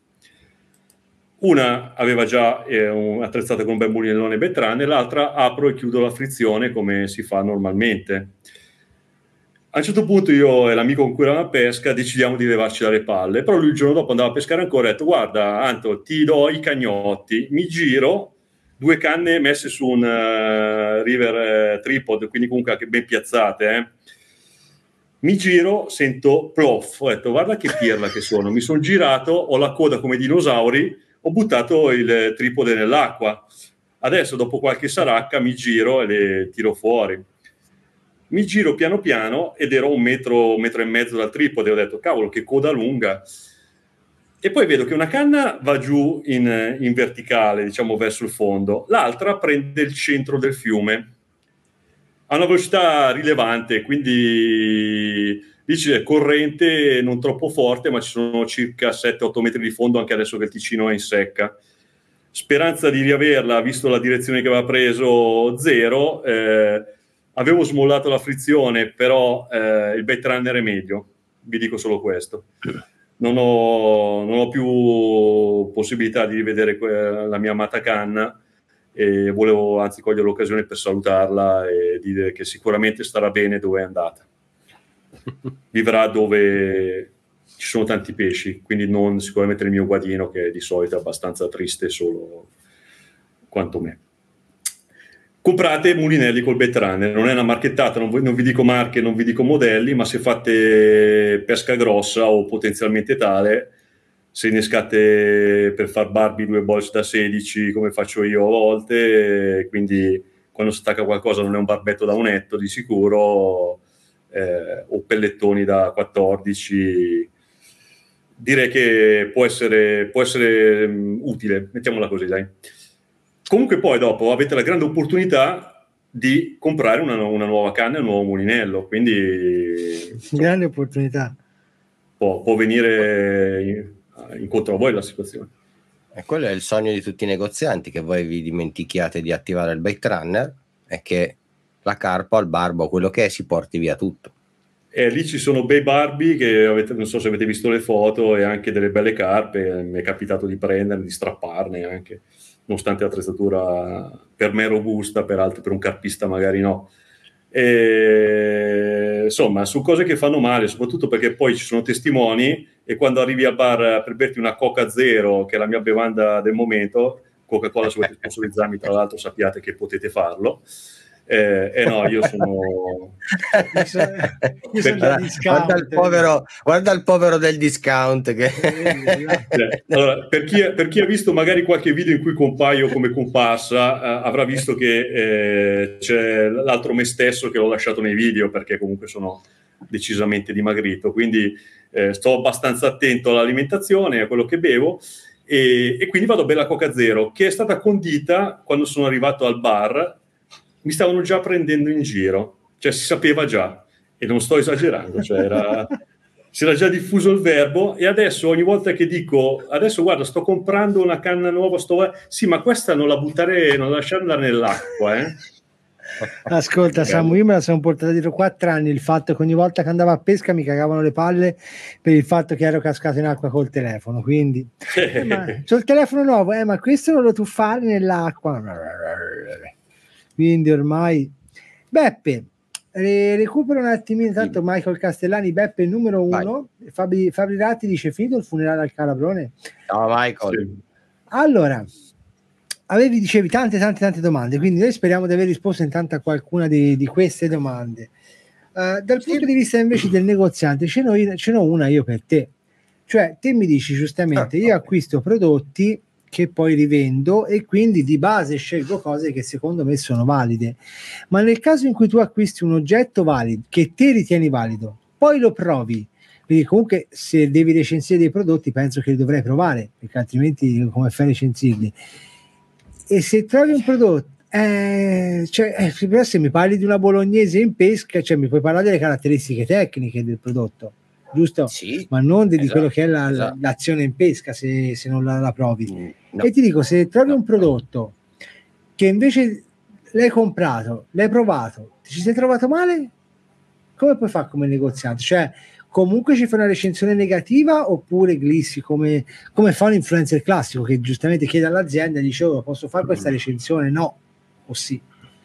Una aveva già eh, un, attrezzata con un bel mulinellone Betran, e l'altra apro e chiudo la frizione come si fa normalmente. A un certo punto io e l'amico con cui eravamo a pesca decidiamo di levarci dalle palle, però lui il giorno dopo andava a pescare ancora e ha detto: guarda Anto, ti do i cagnotti, mi giro, due canne messe su un uh, river uh, tripod, quindi comunque anche ben piazzate, eh. Mi giro, sento plof, ho detto guarda che pirla che sono, mi sono girato, ho la coda come dinosauri, ho buttato il tripode nell'acqua. Adesso dopo qualche saracca mi giro e le tiro fuori. Mi giro piano piano ed ero un metro, un metro e mezzo dal tripode. Ho detto, cavolo, che coda lunga. E poi vedo che una canna va giù in, in verticale, diciamo verso il fondo. L'altra prende il centro del fiume. A una velocità rilevante, quindi dice corrente non troppo forte, ma ci sono circa sette otto metri di fondo anche adesso che il Ticino è in secca. Speranza di riaverla, visto la direzione che aveva preso, zero. Eh, avevo smollato la frizione, però eh, il bait runner è meglio, vi dico solo questo. Non ho, non ho più possibilità di rivedere que- la mia amata canna, e volevo anzi cogliere l'occasione per salutarla e dire che sicuramente starà bene dove è andata. Vivrà dove ci sono tanti pesci, quindi non sicuramente il mio guadino, che di solito è abbastanza triste solo quanto me. Comprate mulinelli col bait runner, non è una marchettata, non, non vi dico marche, non vi dico modelli, ma se fate pesca grossa o potenzialmente tale, se innescate per far Barbie due bolse da sedici come faccio io a volte, quindi quando si attacca qualcosa non è un barbetto da un etto di sicuro, eh, o pellettoni da quattordici, direi che può essere, può essere um, utile, mettiamola così, dai. Comunque poi dopo avete la grande opportunità di comprare una, una nuova canna e un nuovo mulinello, quindi grande opportunità. Può, può venire in, incontro a voi la situazione. E quello è il sogno di tutti i negozianti, che voi vi dimentichiate di attivare il bait runner e che la carpa, il barbo, quello che è, si porti via tutto. E lì ci sono bei barbi che avete, non so se avete visto le foto, e anche delle belle carpe. Mi è capitato di prenderne, di strapparne anche, nonostante l'attrezzatura per me robusta, per altri, per un carpista magari no. E, insomma, su cose che fanno male, soprattutto perché poi ci sono testimoni, e quando arrivi al bar per berti una Coca Zero, che è la mia bevanda del momento, Coca-Cola, se volete sponsorizzarmi, tra l'altro sappiate che potete farlo. Eh, eh no, io sono, io sono, io sono da discount. Guarda il povero, guarda il povero del discount che... eh, allora, per chi, per chi ha visto magari qualche video in cui compaio come comparsa, eh, avrà visto che eh, c'è l'altro me stesso che l'ho lasciato nei video, perché comunque sono decisamente dimagrito, quindi eh, sto abbastanza attento all'alimentazione, a quello che bevo, e, e quindi vado a bere la Coca Zero, che è stata condita quando sono arrivato al bar. Mi stavano già prendendo in giro, cioè si sapeva già, e non sto esagerando, cioè era, si era già diffuso il verbo, e adesso ogni volta che dico, adesso guarda, sto comprando una canna nuova, sto... sì, ma questa non la buttare, non la lasciare andare nell'acqua, eh? Ascolta Samu, io me la sono portata dietro quattro anni, il fatto che ogni volta che andavo a pesca mi cagavano le palle per il fatto che ero cascato in acqua col telefono, quindi eh, ma c'ho il telefono nuovo, eh, ma questo non lo tuffare nell'acqua. Quindi ormai Beppe, re- recupero un attimino, tanto Michael Castellani, Beppe il numero uno. Fabri, Fabri Ratti dice: finito il funerale al Calabrone? Ciao Michael. Sì. Allora, avevi, dicevi tante tante tante domande, quindi noi speriamo di aver risposto intanto a qualcuna di, di queste domande. Uh, dal punto di vista invece del negoziante, ce n'ho, io, ce n'ho una io per te. Cioè, te mi dici giustamente, io acquisto prodotti che poi rivendo e quindi di base scelgo cose che secondo me sono valide, ma nel caso in cui tu acquisti un oggetto valido che te ritieni valido, poi lo provi, quindi comunque se devi recensire dei prodotti penso che li dovrei provare, perché altrimenti come fai a recensirli? E se trovi un prodotto eh, cioè, eh, se mi parli di una bolognese in pesca, cioè mi puoi parlare delle caratteristiche tecniche del prodotto, giusto? Sì, ma non di esatto, quello che è la, esatto. l'azione in pesca, se, se non la, la provi. Mm, no. E ti dico, se trovi no, un prodotto che invece l'hai comprato, l'hai provato, ti ci sei trovato male, come puoi fare come negoziante? Cioè, comunque ci fai una recensione negativa, oppure glissi come, come fa un influencer classico che giustamente chiede all'azienda e dice: oh, posso fare questa recensione? No, o sì.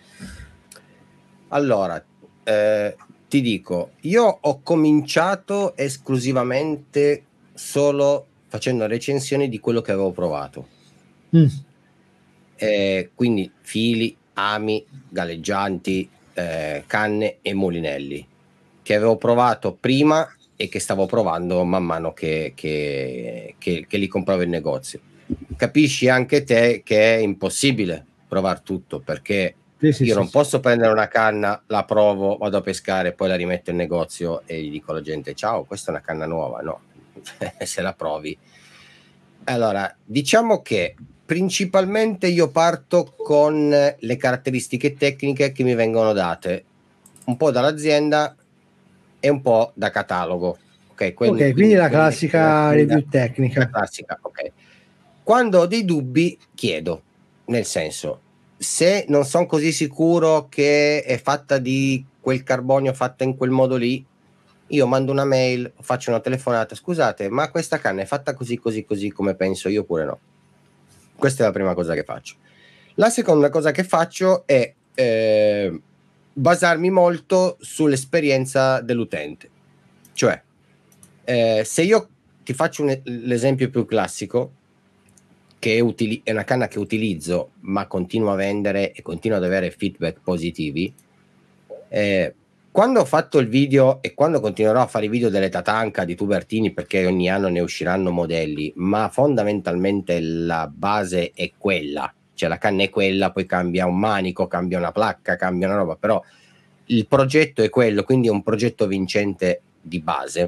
Allora, eh, ti dico, io ho cominciato esclusivamente solo facendo recensioni di quello che avevo provato. Mm. Eh, quindi fili, ami, galleggianti, eh, canne e mulinelli che avevo provato prima e che stavo provando man mano che, che, che, che li compravo in negozio. capisci anche te che è impossibile provare tutto, perché sì, sì, io sì, non sì. posso prendere una canna, la provo, vado a pescare, poi la rimetto in negozio e gli dico alla gente ciao, questa è una canna nuova. No, se la provi. Allora, diciamo che principalmente io parto con le caratteristiche tecniche che mi vengono date un po' dall'azienda e un po' da catalogo. Ok, quindi, Ok, quindi la quelle classica review tecnica. La classica, ok. Quando ho dei dubbi chiedo, nel senso, se non sono così sicuro che è fatta di quel carbonio fatta in quel modo lì, io mando una mail, faccio una telefonata, scusate, ma questa canna è fatta così così così come penso io oppure no? Questa è la prima cosa che faccio. La seconda cosa che faccio è eh, basarmi molto sull'esperienza dell'utente. Cioè, eh, se io ti faccio un, l'esempio più classico, che è, utili- è una canna che utilizzo ma continuo a vendere e continuo ad avere feedback positivi, eh, quando ho fatto il video e quando continuerò a fare i video delle Tatanka di Tubertini, perché ogni anno ne usciranno modelli, ma fondamentalmente la base è quella, cioè la canna è quella, poi cambia un manico, cambia una placca, cambia una roba, però il progetto è quello, quindi è un progetto vincente di base.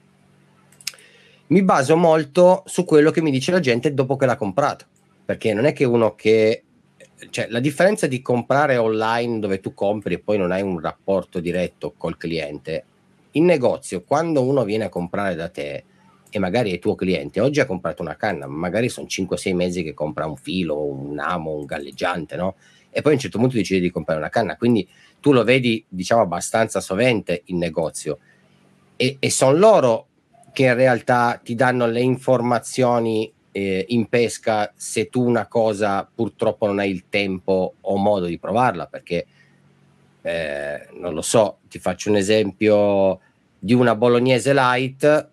Mi baso molto su quello che mi dice la gente dopo che l'ha comprato, perché non è che uno che, cioè la differenza di comprare online dove tu compri e poi non hai un rapporto diretto col cliente, in negozio quando uno viene a comprare da te e magari è tuo cliente, oggi ha comprato una canna, magari sono cinque sei mesi che compra un filo, un amo, un galleggiante, no? E poi a un certo punto decide di comprare una canna, quindi tu lo vedi diciamo abbastanza sovente in negozio e, e sono loro che in realtà ti danno le informazioni eh, in pesca se tu una cosa purtroppo non hai il tempo o modo di provarla, perché eh, non lo so, ti faccio un esempio di una bolognese light,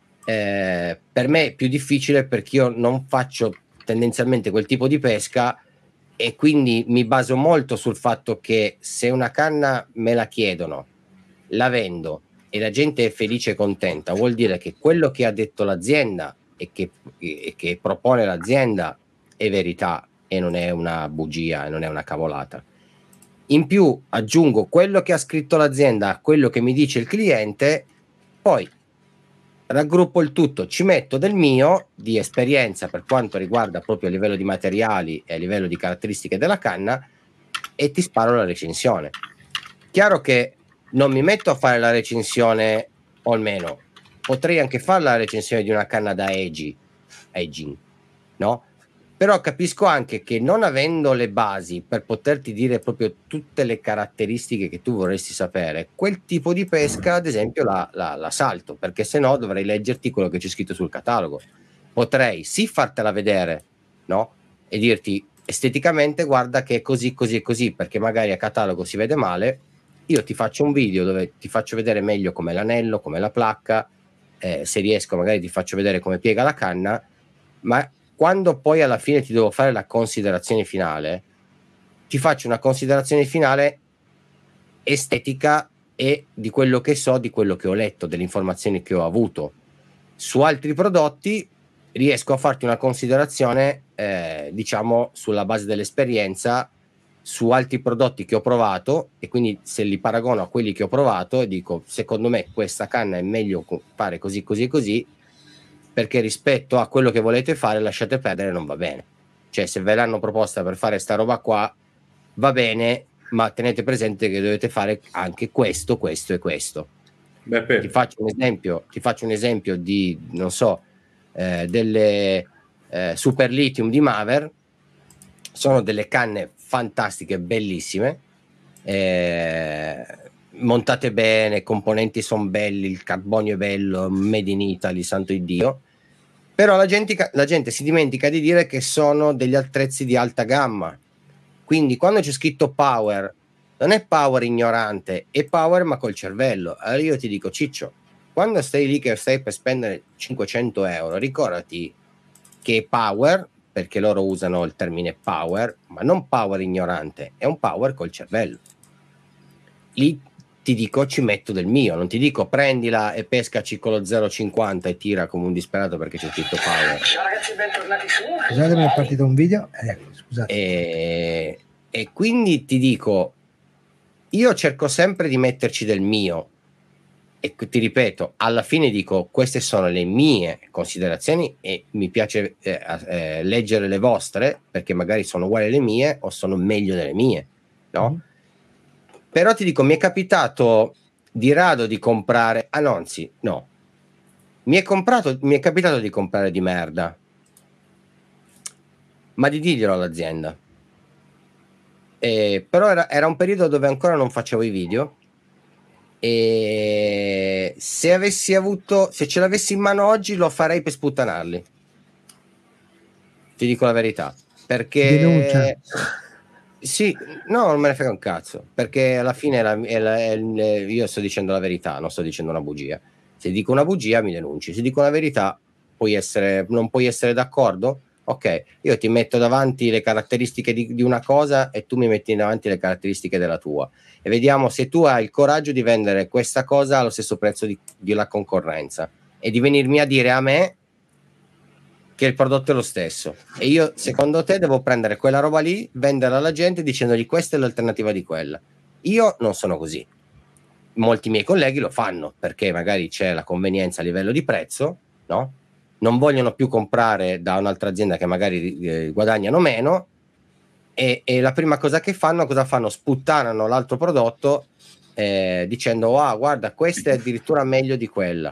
eh, per me è più difficile perché io non faccio tendenzialmente quel tipo di pesca e quindi mi baso molto sul fatto che se una canna me la chiedono, la vendo e la gente è felice e contenta, vuol dire che quello che ha detto l'azienda e che, e che propone l'azienda è verità e non è una bugia e non è una cavolata. In più aggiungo quello che ha scritto l'azienda a quello che mi dice il cliente, poi raggruppo il tutto, ci metto del mio di esperienza per quanto riguarda proprio a livello di materiali e a livello di caratteristiche della canna e ti sparo la recensione. Chiaro che non mi metto a fare la recensione, o almeno potrei anche fare la recensione di una canna da aging, aging, no? Però capisco anche che non avendo le basi per poterti dire proprio tutte le caratteristiche che tu vorresti sapere, quel tipo di pesca ad esempio la, la, la salto, perché se no dovrei leggerti quello che c'è scritto sul catalogo. Potrei sì fartela vedere, no? E dirti esteticamente guarda che è così così e così, perché magari a catalogo si vede male. Io ti faccio un video dove ti faccio vedere meglio com'è l'anello, com'è la placca, eh, se riesco magari ti faccio vedere come piega la canna, ma quando poi alla fine ti devo fare la considerazione finale, ti faccio una considerazione finale estetica e di quello che so, di quello che ho letto, delle informazioni che ho avuto. Su altri prodotti riesco a farti una considerazione, eh, diciamo, sulla base dell'esperienza su altri prodotti che ho provato e quindi se li paragono a quelli che ho provato dico secondo me questa canna è meglio fare così così e così, perché rispetto a quello che volete fare lasciate perdere, non va bene. Cioè se ve l'hanno proposta per fare sta roba qua va bene, ma tenete presente che dovete fare anche questo, questo e questo. Beppe. Ti faccio un esempio, ti faccio un esempio di, non so, eh, delle eh, Super Lithium di Maver. Sono delle canne fantastiche, bellissime, eh, montate bene, i componenti sono belli, il carbonio è bello, made in Italy, santo Dio. Però la gente, la gente si dimentica di dire che sono degli attrezzi di alta gamma. Quindi quando c'è scritto power, non è power ignorante, è power ma col cervello. Allora io ti dico, Ciccio, quando stai lì che stai per spendere cinquecento euro, ricordati che è power, perché loro usano il termine power, ma non power ignorante, è un power col cervello. Lì ti dico ci metto del mio, non ti dico prendila e pescaci con lo zero virgola cinquanta e tira come un disperato perché c'è scritto power. Ciao ragazzi, bentornati su. Scusate, mi è partito un video. Ecco, scusate. E, e quindi ti dico, io cerco sempre di metterci del mio e ti ripeto, alla fine dico queste sono le mie considerazioni e mi piace eh, eh, leggere le vostre perché magari sono uguali alle mie o sono meglio delle mie, no? Mm. Però ti dico, mi è capitato di rado di comprare, ah no, anzi, no, mi è comprato, mi è capitato di comprare di merda, ma di dirglielo all'azienda. Eh, però era, era un periodo dove ancora non facevo i video e se avessi avuto, se ce l'avessi in mano oggi lo farei per sputtanarli, ti dico la verità, perché denuncia. Sì, no, non me ne frega un cazzo, perché alla fine è la, è la, è il, io sto dicendo la verità, non sto dicendo una bugia. Se dico una bugia mi denunci, se dico la verità puoi essere, non puoi essere d'accordo? Ok, io ti metto davanti le caratteristiche di, di una cosa e tu mi metti davanti le caratteristiche della tua e vediamo se tu hai il coraggio di vendere questa cosa allo stesso prezzo di, della concorrenza e di venirmi a dire a me che il prodotto è lo stesso e io secondo te devo prendere quella roba lì, venderla alla gente dicendogli questa è l'alternativa di quella. Io non sono così, molti miei colleghi lo fanno perché magari c'è la convenienza a livello di prezzo, no? Non vogliono più comprare da un'altra azienda che magari eh, guadagnano meno e, e la prima cosa che fanno, cosa fanno? Sputtanano l'altro prodotto eh, dicendo ah guarda questa è addirittura meglio di quella.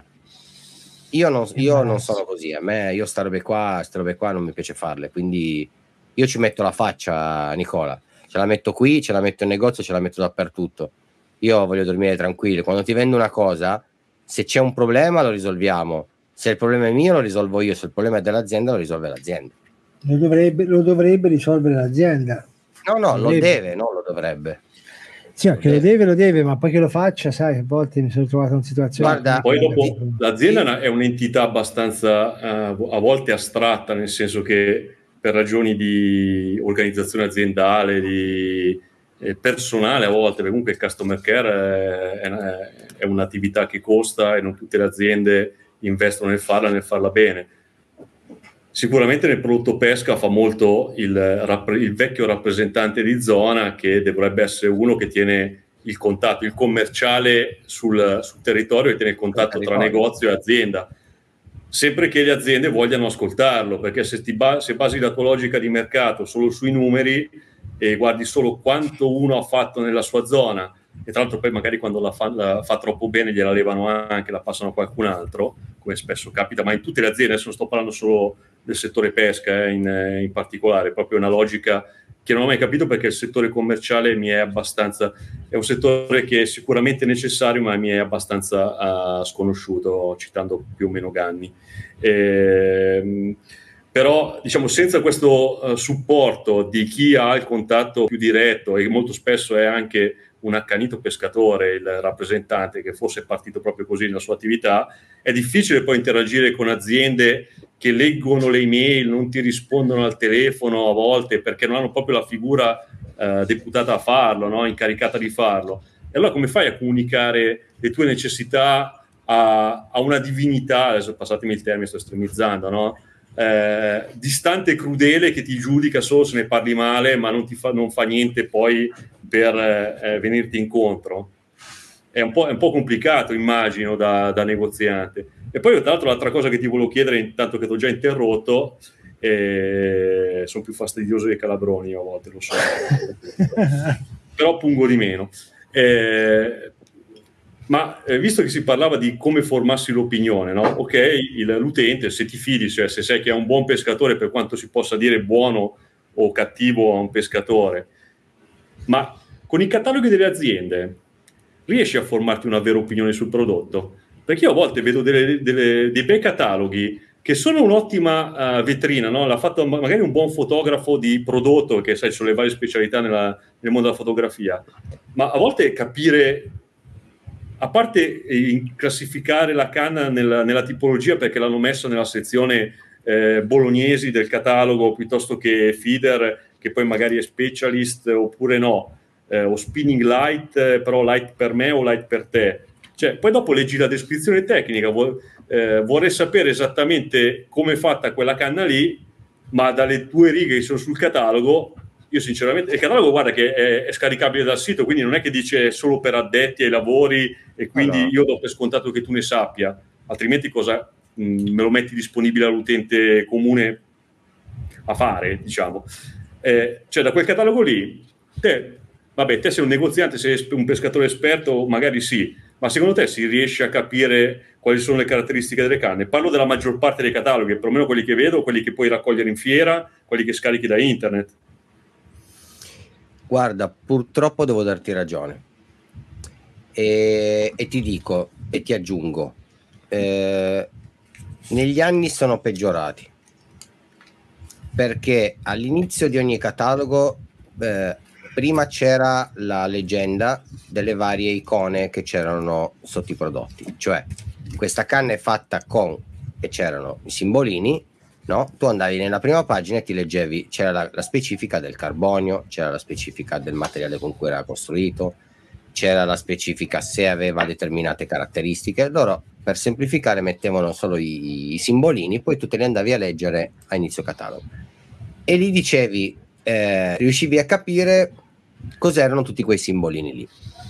Io non, io non sono così, a me io sta robe qua, sta robe qua non mi piace farle, quindi io ci metto la faccia, Nicola, ce la metto qui, ce la metto in negozio, ce la metto dappertutto. Io voglio dormire tranquillo, quando ti vendo una cosa, se c'è un problema lo risolviamo, se il problema è mio lo risolvo io, se il problema è dell'azienda lo risolve l'azienda. Lo dovrebbe, lo dovrebbe risolvere l'azienda. No, no, lo, lo deve, non lo dovrebbe. Sì, lo che deve. lo deve, lo deve, ma poi che lo faccia, sai, a volte mi sono trovato in situazione. Guarda, poi dopo l'azienda è un'entità abbastanza uh, a volte astratta, nel senso che per ragioni di organizzazione aziendale, di eh, personale a volte, perché comunque il customer care è, è, è un'attività che costa e non tutte le aziende investono nel farla, nel farla bene. Sicuramente nel prodotto pesca fa molto il, il vecchio rappresentante di zona, che dovrebbe essere uno che tiene il contatto, il commerciale sul, sul territorio, che tiene il contatto tra negozio e azienda, sempre che le aziende vogliano ascoltarlo, perché se, ti ba- se basi la tua logica di mercato solo sui numeri e guardi solo quanto uno ha fatto nella sua zona, e tra l'altro poi magari quando la fa, la fa troppo bene gliela levano anche, la passano a qualcun altro, come spesso capita, ma in tutte le aziende, adesso non sto parlando solo del settore pesca eh, in, in particolare, proprio una logica che non ho mai capito, perché il settore commerciale mi è abbastanza, è un settore che è sicuramente necessario, ma mi è abbastanza uh, sconosciuto, citando più o meno Ganni. Ehm, però diciamo senza questo uh, supporto di chi ha il contatto più diretto, e molto spesso è anche un accanito pescatore, il rappresentante, che forse è partito proprio così nella sua attività, è difficile poi interagire con aziende che leggono le email, non ti rispondono al telefono a volte perché non hanno proprio la figura eh, deputata a farlo, no? Incaricata di farlo. E allora come fai a comunicare le tue necessità a, a una divinità, adesso passatemi il termine, sto estremizzando, no? Eh, distante e crudele, che ti giudica solo se ne parli male, ma non, ti fa, non fa niente poi per eh, venirti incontro? È un po', è un po' complicato, immagino, da, da negoziante. E poi, tra l'altro, l'altra cosa che ti volevo chiedere, intanto che ti ho già interrotto, eh, sono più fastidioso dei calabroni a volte, lo so, però pungo di meno. Eh, ma eh, visto che si parlava di come formarsi l'opinione, no? Ok, il, l'utente, se ti fidi, cioè se sai che è un buon pescatore, per quanto si possa dire buono o cattivo a un pescatore, ma con i cataloghi delle aziende riesci a formarti una vera opinione sul prodotto? Perché io a volte vedo delle, delle, dei bei cataloghi che sono un'ottima uh, vetrina, no? L'ha fatto magari un buon fotografo di prodotto, che sai, ci sono le varie specialità nella, nel mondo della fotografia, ma a volte capire, a parte eh, classificare la canna nella, nella tipologia perché l'hanno messa nella sezione eh, bolognesi del catalogo piuttosto che feeder, che poi magari è specialist oppure no, eh, o spinning light, eh, però light per me o light per te. Cioè, poi dopo leggi la descrizione tecnica, vu- eh, vorrei sapere esattamente come è fatta quella canna lì, ma dalle due righe che sono sul catalogo, io sinceramente, il catalogo guarda che è, è scaricabile dal sito, quindi non è che dice solo per addetti ai lavori e quindi allora, io do per scontato che tu ne sappia, altrimenti cosa mh, me lo metti disponibile all'utente comune a fare, diciamo. Eh, cioè da quel catalogo lì, te, vabbè, te sei un negoziante, sei un pescatore esperto, magari sì, ma secondo te si riesce a capire quali sono le caratteristiche delle canne? Parlo della maggior parte dei cataloghi, perlomeno quelli che vedo, quelli che puoi raccogliere in fiera, quelli che scarichi da internet. guarda, purtroppo devo darti ragione. E, e ti dico, e ti aggiungo, eh, negli anni sono peggiorati, perché all'inizio di ogni catalogo eh, prima c'era la leggenda delle varie icone che c'erano sotto i prodotti, cioè questa canna è fatta con, e c'erano i simbolini, no? Tu andavi nella prima pagina e ti leggevi, c'era la, la specifica del carbonio, c'era la specifica del materiale con cui era costruito, c'era la specifica se aveva determinate caratteristiche. Loro per semplificare mettevano solo i, i simbolini, poi tu te li andavi a leggere a inizio catalogo e lì dicevi, eh, riuscivi a capire cos'erano tutti quei simbolini lì.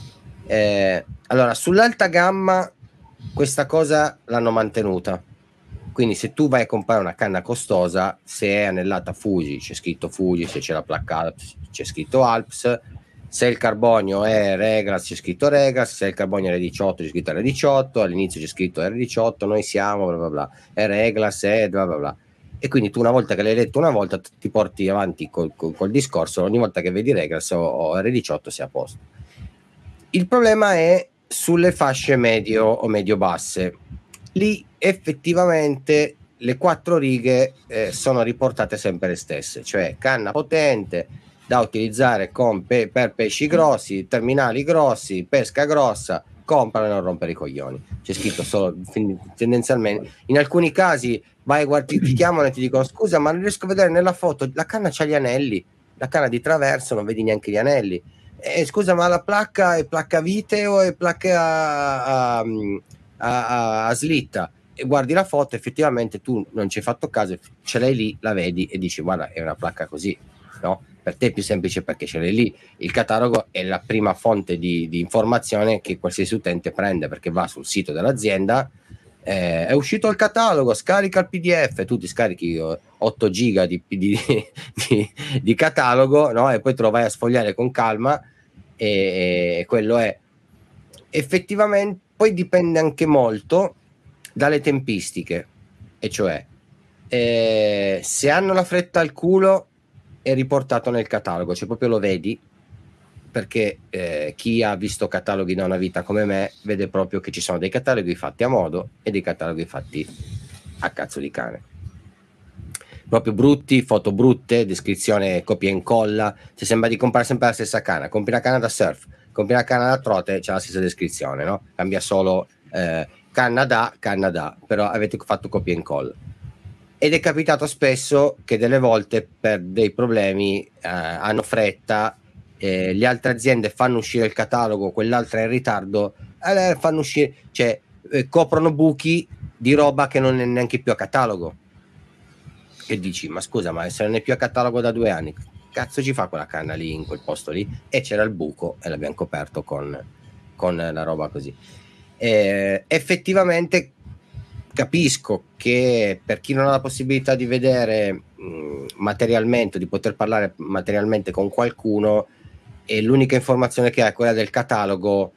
Eh, allora, sull'alta gamma questa cosa l'hanno mantenuta, quindi se tu vai a comprare una canna costosa, se è anellata Fuji c'è scritto Fuji, se c'è la placca Alps c'è scritto Alps, se il carbonio è Reglas c'è scritto Reglas, se il carbonio è R diciotto c'è scritto R diciotto, all'inizio c'è scritto R diciotto, noi siamo bla bla bla, è Reglas, è bla bla bla. E quindi tu una volta che l'hai letto una volta ti porti avanti col, col, col discorso, ogni volta che vedi Reglas o, o R diciotto sei a posto. Il problema è sulle fasce medio o medio basse, lì effettivamente le quattro righe eh, sono riportate sempre le stesse, cioè canna potente da utilizzare con pe- per pesci grossi, terminali grossi, pesca grossa, comprano e non rompere i coglioni. C'è scritto solo tendenzialmente, in alcuni casi vai, guardi, ti chiamano e ti dicono scusa ma non riesco a vedere nella foto, la canna c'ha gli anelli, la canna di traverso non vedi neanche gli anelli. Eh, scusa, ma la placca è placca vite o è placca a, a, a, a slitta? E guardi la foto, effettivamente tu non ci hai fatto caso, ce l'hai lì, la vedi e dici guarda è una placca così, no? Per te è più semplice perché ce l'hai lì. Il catalogo è la prima fonte di, di informazione che qualsiasi utente prende, perché va sul sito dell'azienda, eh, è uscito il catalogo, scarica il P D F, tu ti scarichi otto giga di, di, di, di catalogo, no? E poi te lo vai a sfogliare con calma e, e quello è. Effettivamente poi dipende anche molto dalle tempistiche, e cioè eh, se hanno la fretta al culo è riportato nel catalogo, cioè proprio lo vedi, perché eh, chi ha visto cataloghi da una vita come me vede proprio che ci sono dei cataloghi fatti a modo e dei cataloghi fatti a cazzo di cane, proprio brutti, foto brutte, descrizione copia e incolla, se sembra di comprare sempre la stessa canna, compri una canna da surf, compri una canna da trote, c'è la stessa descrizione, no? Cambia solo eh, canna da, canna da, però avete fatto copia e incolla. Ed è capitato spesso che delle volte per dei problemi eh, hanno fretta, eh, le altre aziende fanno uscire il catalogo, quell'altra è in ritardo, eh, fanno uscire, cioè eh, coprono buchi di roba che non è neanche più a catalogo. E dici, ma scusa, ma se non è più a catalogo da due anni, cazzo ci fa quella canna lì in quel posto lì? E c'era il buco e l'abbiamo coperto con, con la roba così. Eh, effettivamente capisco che per chi non ha la possibilità di vedere mh, materialmente, di poter parlare materialmente con qualcuno e l'unica informazione che ha è quella del catalogo,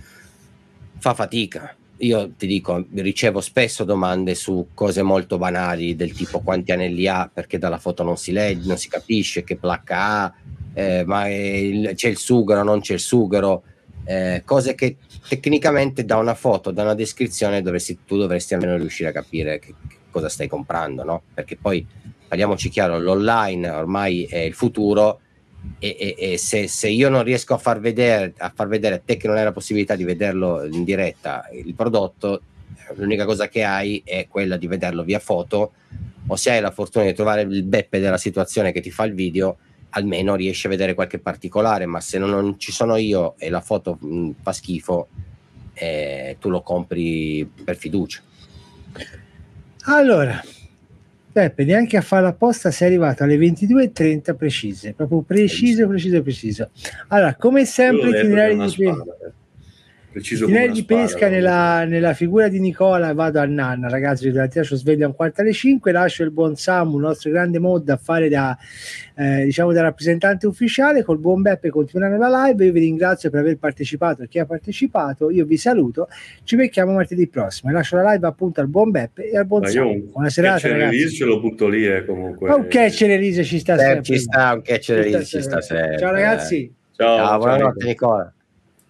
fa fatica. Io ti dico, ricevo spesso domande su cose molto banali del tipo quanti anelli ha, perché dalla foto non si legge, non si capisce che placca ha, eh, ma il, c'è il sughero, non c'è il sughero, eh, cose che tecnicamente da una foto, da una descrizione dovresti, tu dovresti almeno riuscire a capire che, che cosa stai comprando, no? Perché poi parliamoci chiaro, l'online ormai è il futuro e, e, e se, se io non riesco a far vedere a far vedere a te che non hai la possibilità di vederlo in diretta il prodotto, l'unica cosa che hai è quella di vederlo via foto, o se hai la fortuna di trovare il beppe della situazione che ti fa il video, almeno riesci a vedere qualche particolare, ma se non, non ci sono io e la foto mh, fa schifo, eh, tu lo compri per fiducia. Allora, Peppe, neanche a fare apposta sei arrivato alle ventidue e trenta precise, proprio preciso, preciso, preciso. Allora, come sempre, itinerari di, pe- itinerari di pesca spada, nella, nella figura di Nicola. Vado a nanna, ragazzi, la lascio sveglia un quarto alle cinque, lascio il buon Samu, il nostro grande mod, a fare da eh, diciamo da rappresentante ufficiale. Col buon Beppe continuano la live. Io vi ringrazio per aver partecipato e chi ha partecipato, io vi saluto, ci becchiamo martedì prossimo, lascio la live appunto al buon Beppe e al buon Samu. Buona serata, ragazzi. Ce lo butto lì, eh, comunque. Ma un catch and release ci sta eh, sempre, ci sta un catch and release ci sta sempre. Ciao ragazzi, ciao, ciao, ciao buonanotte Nicola.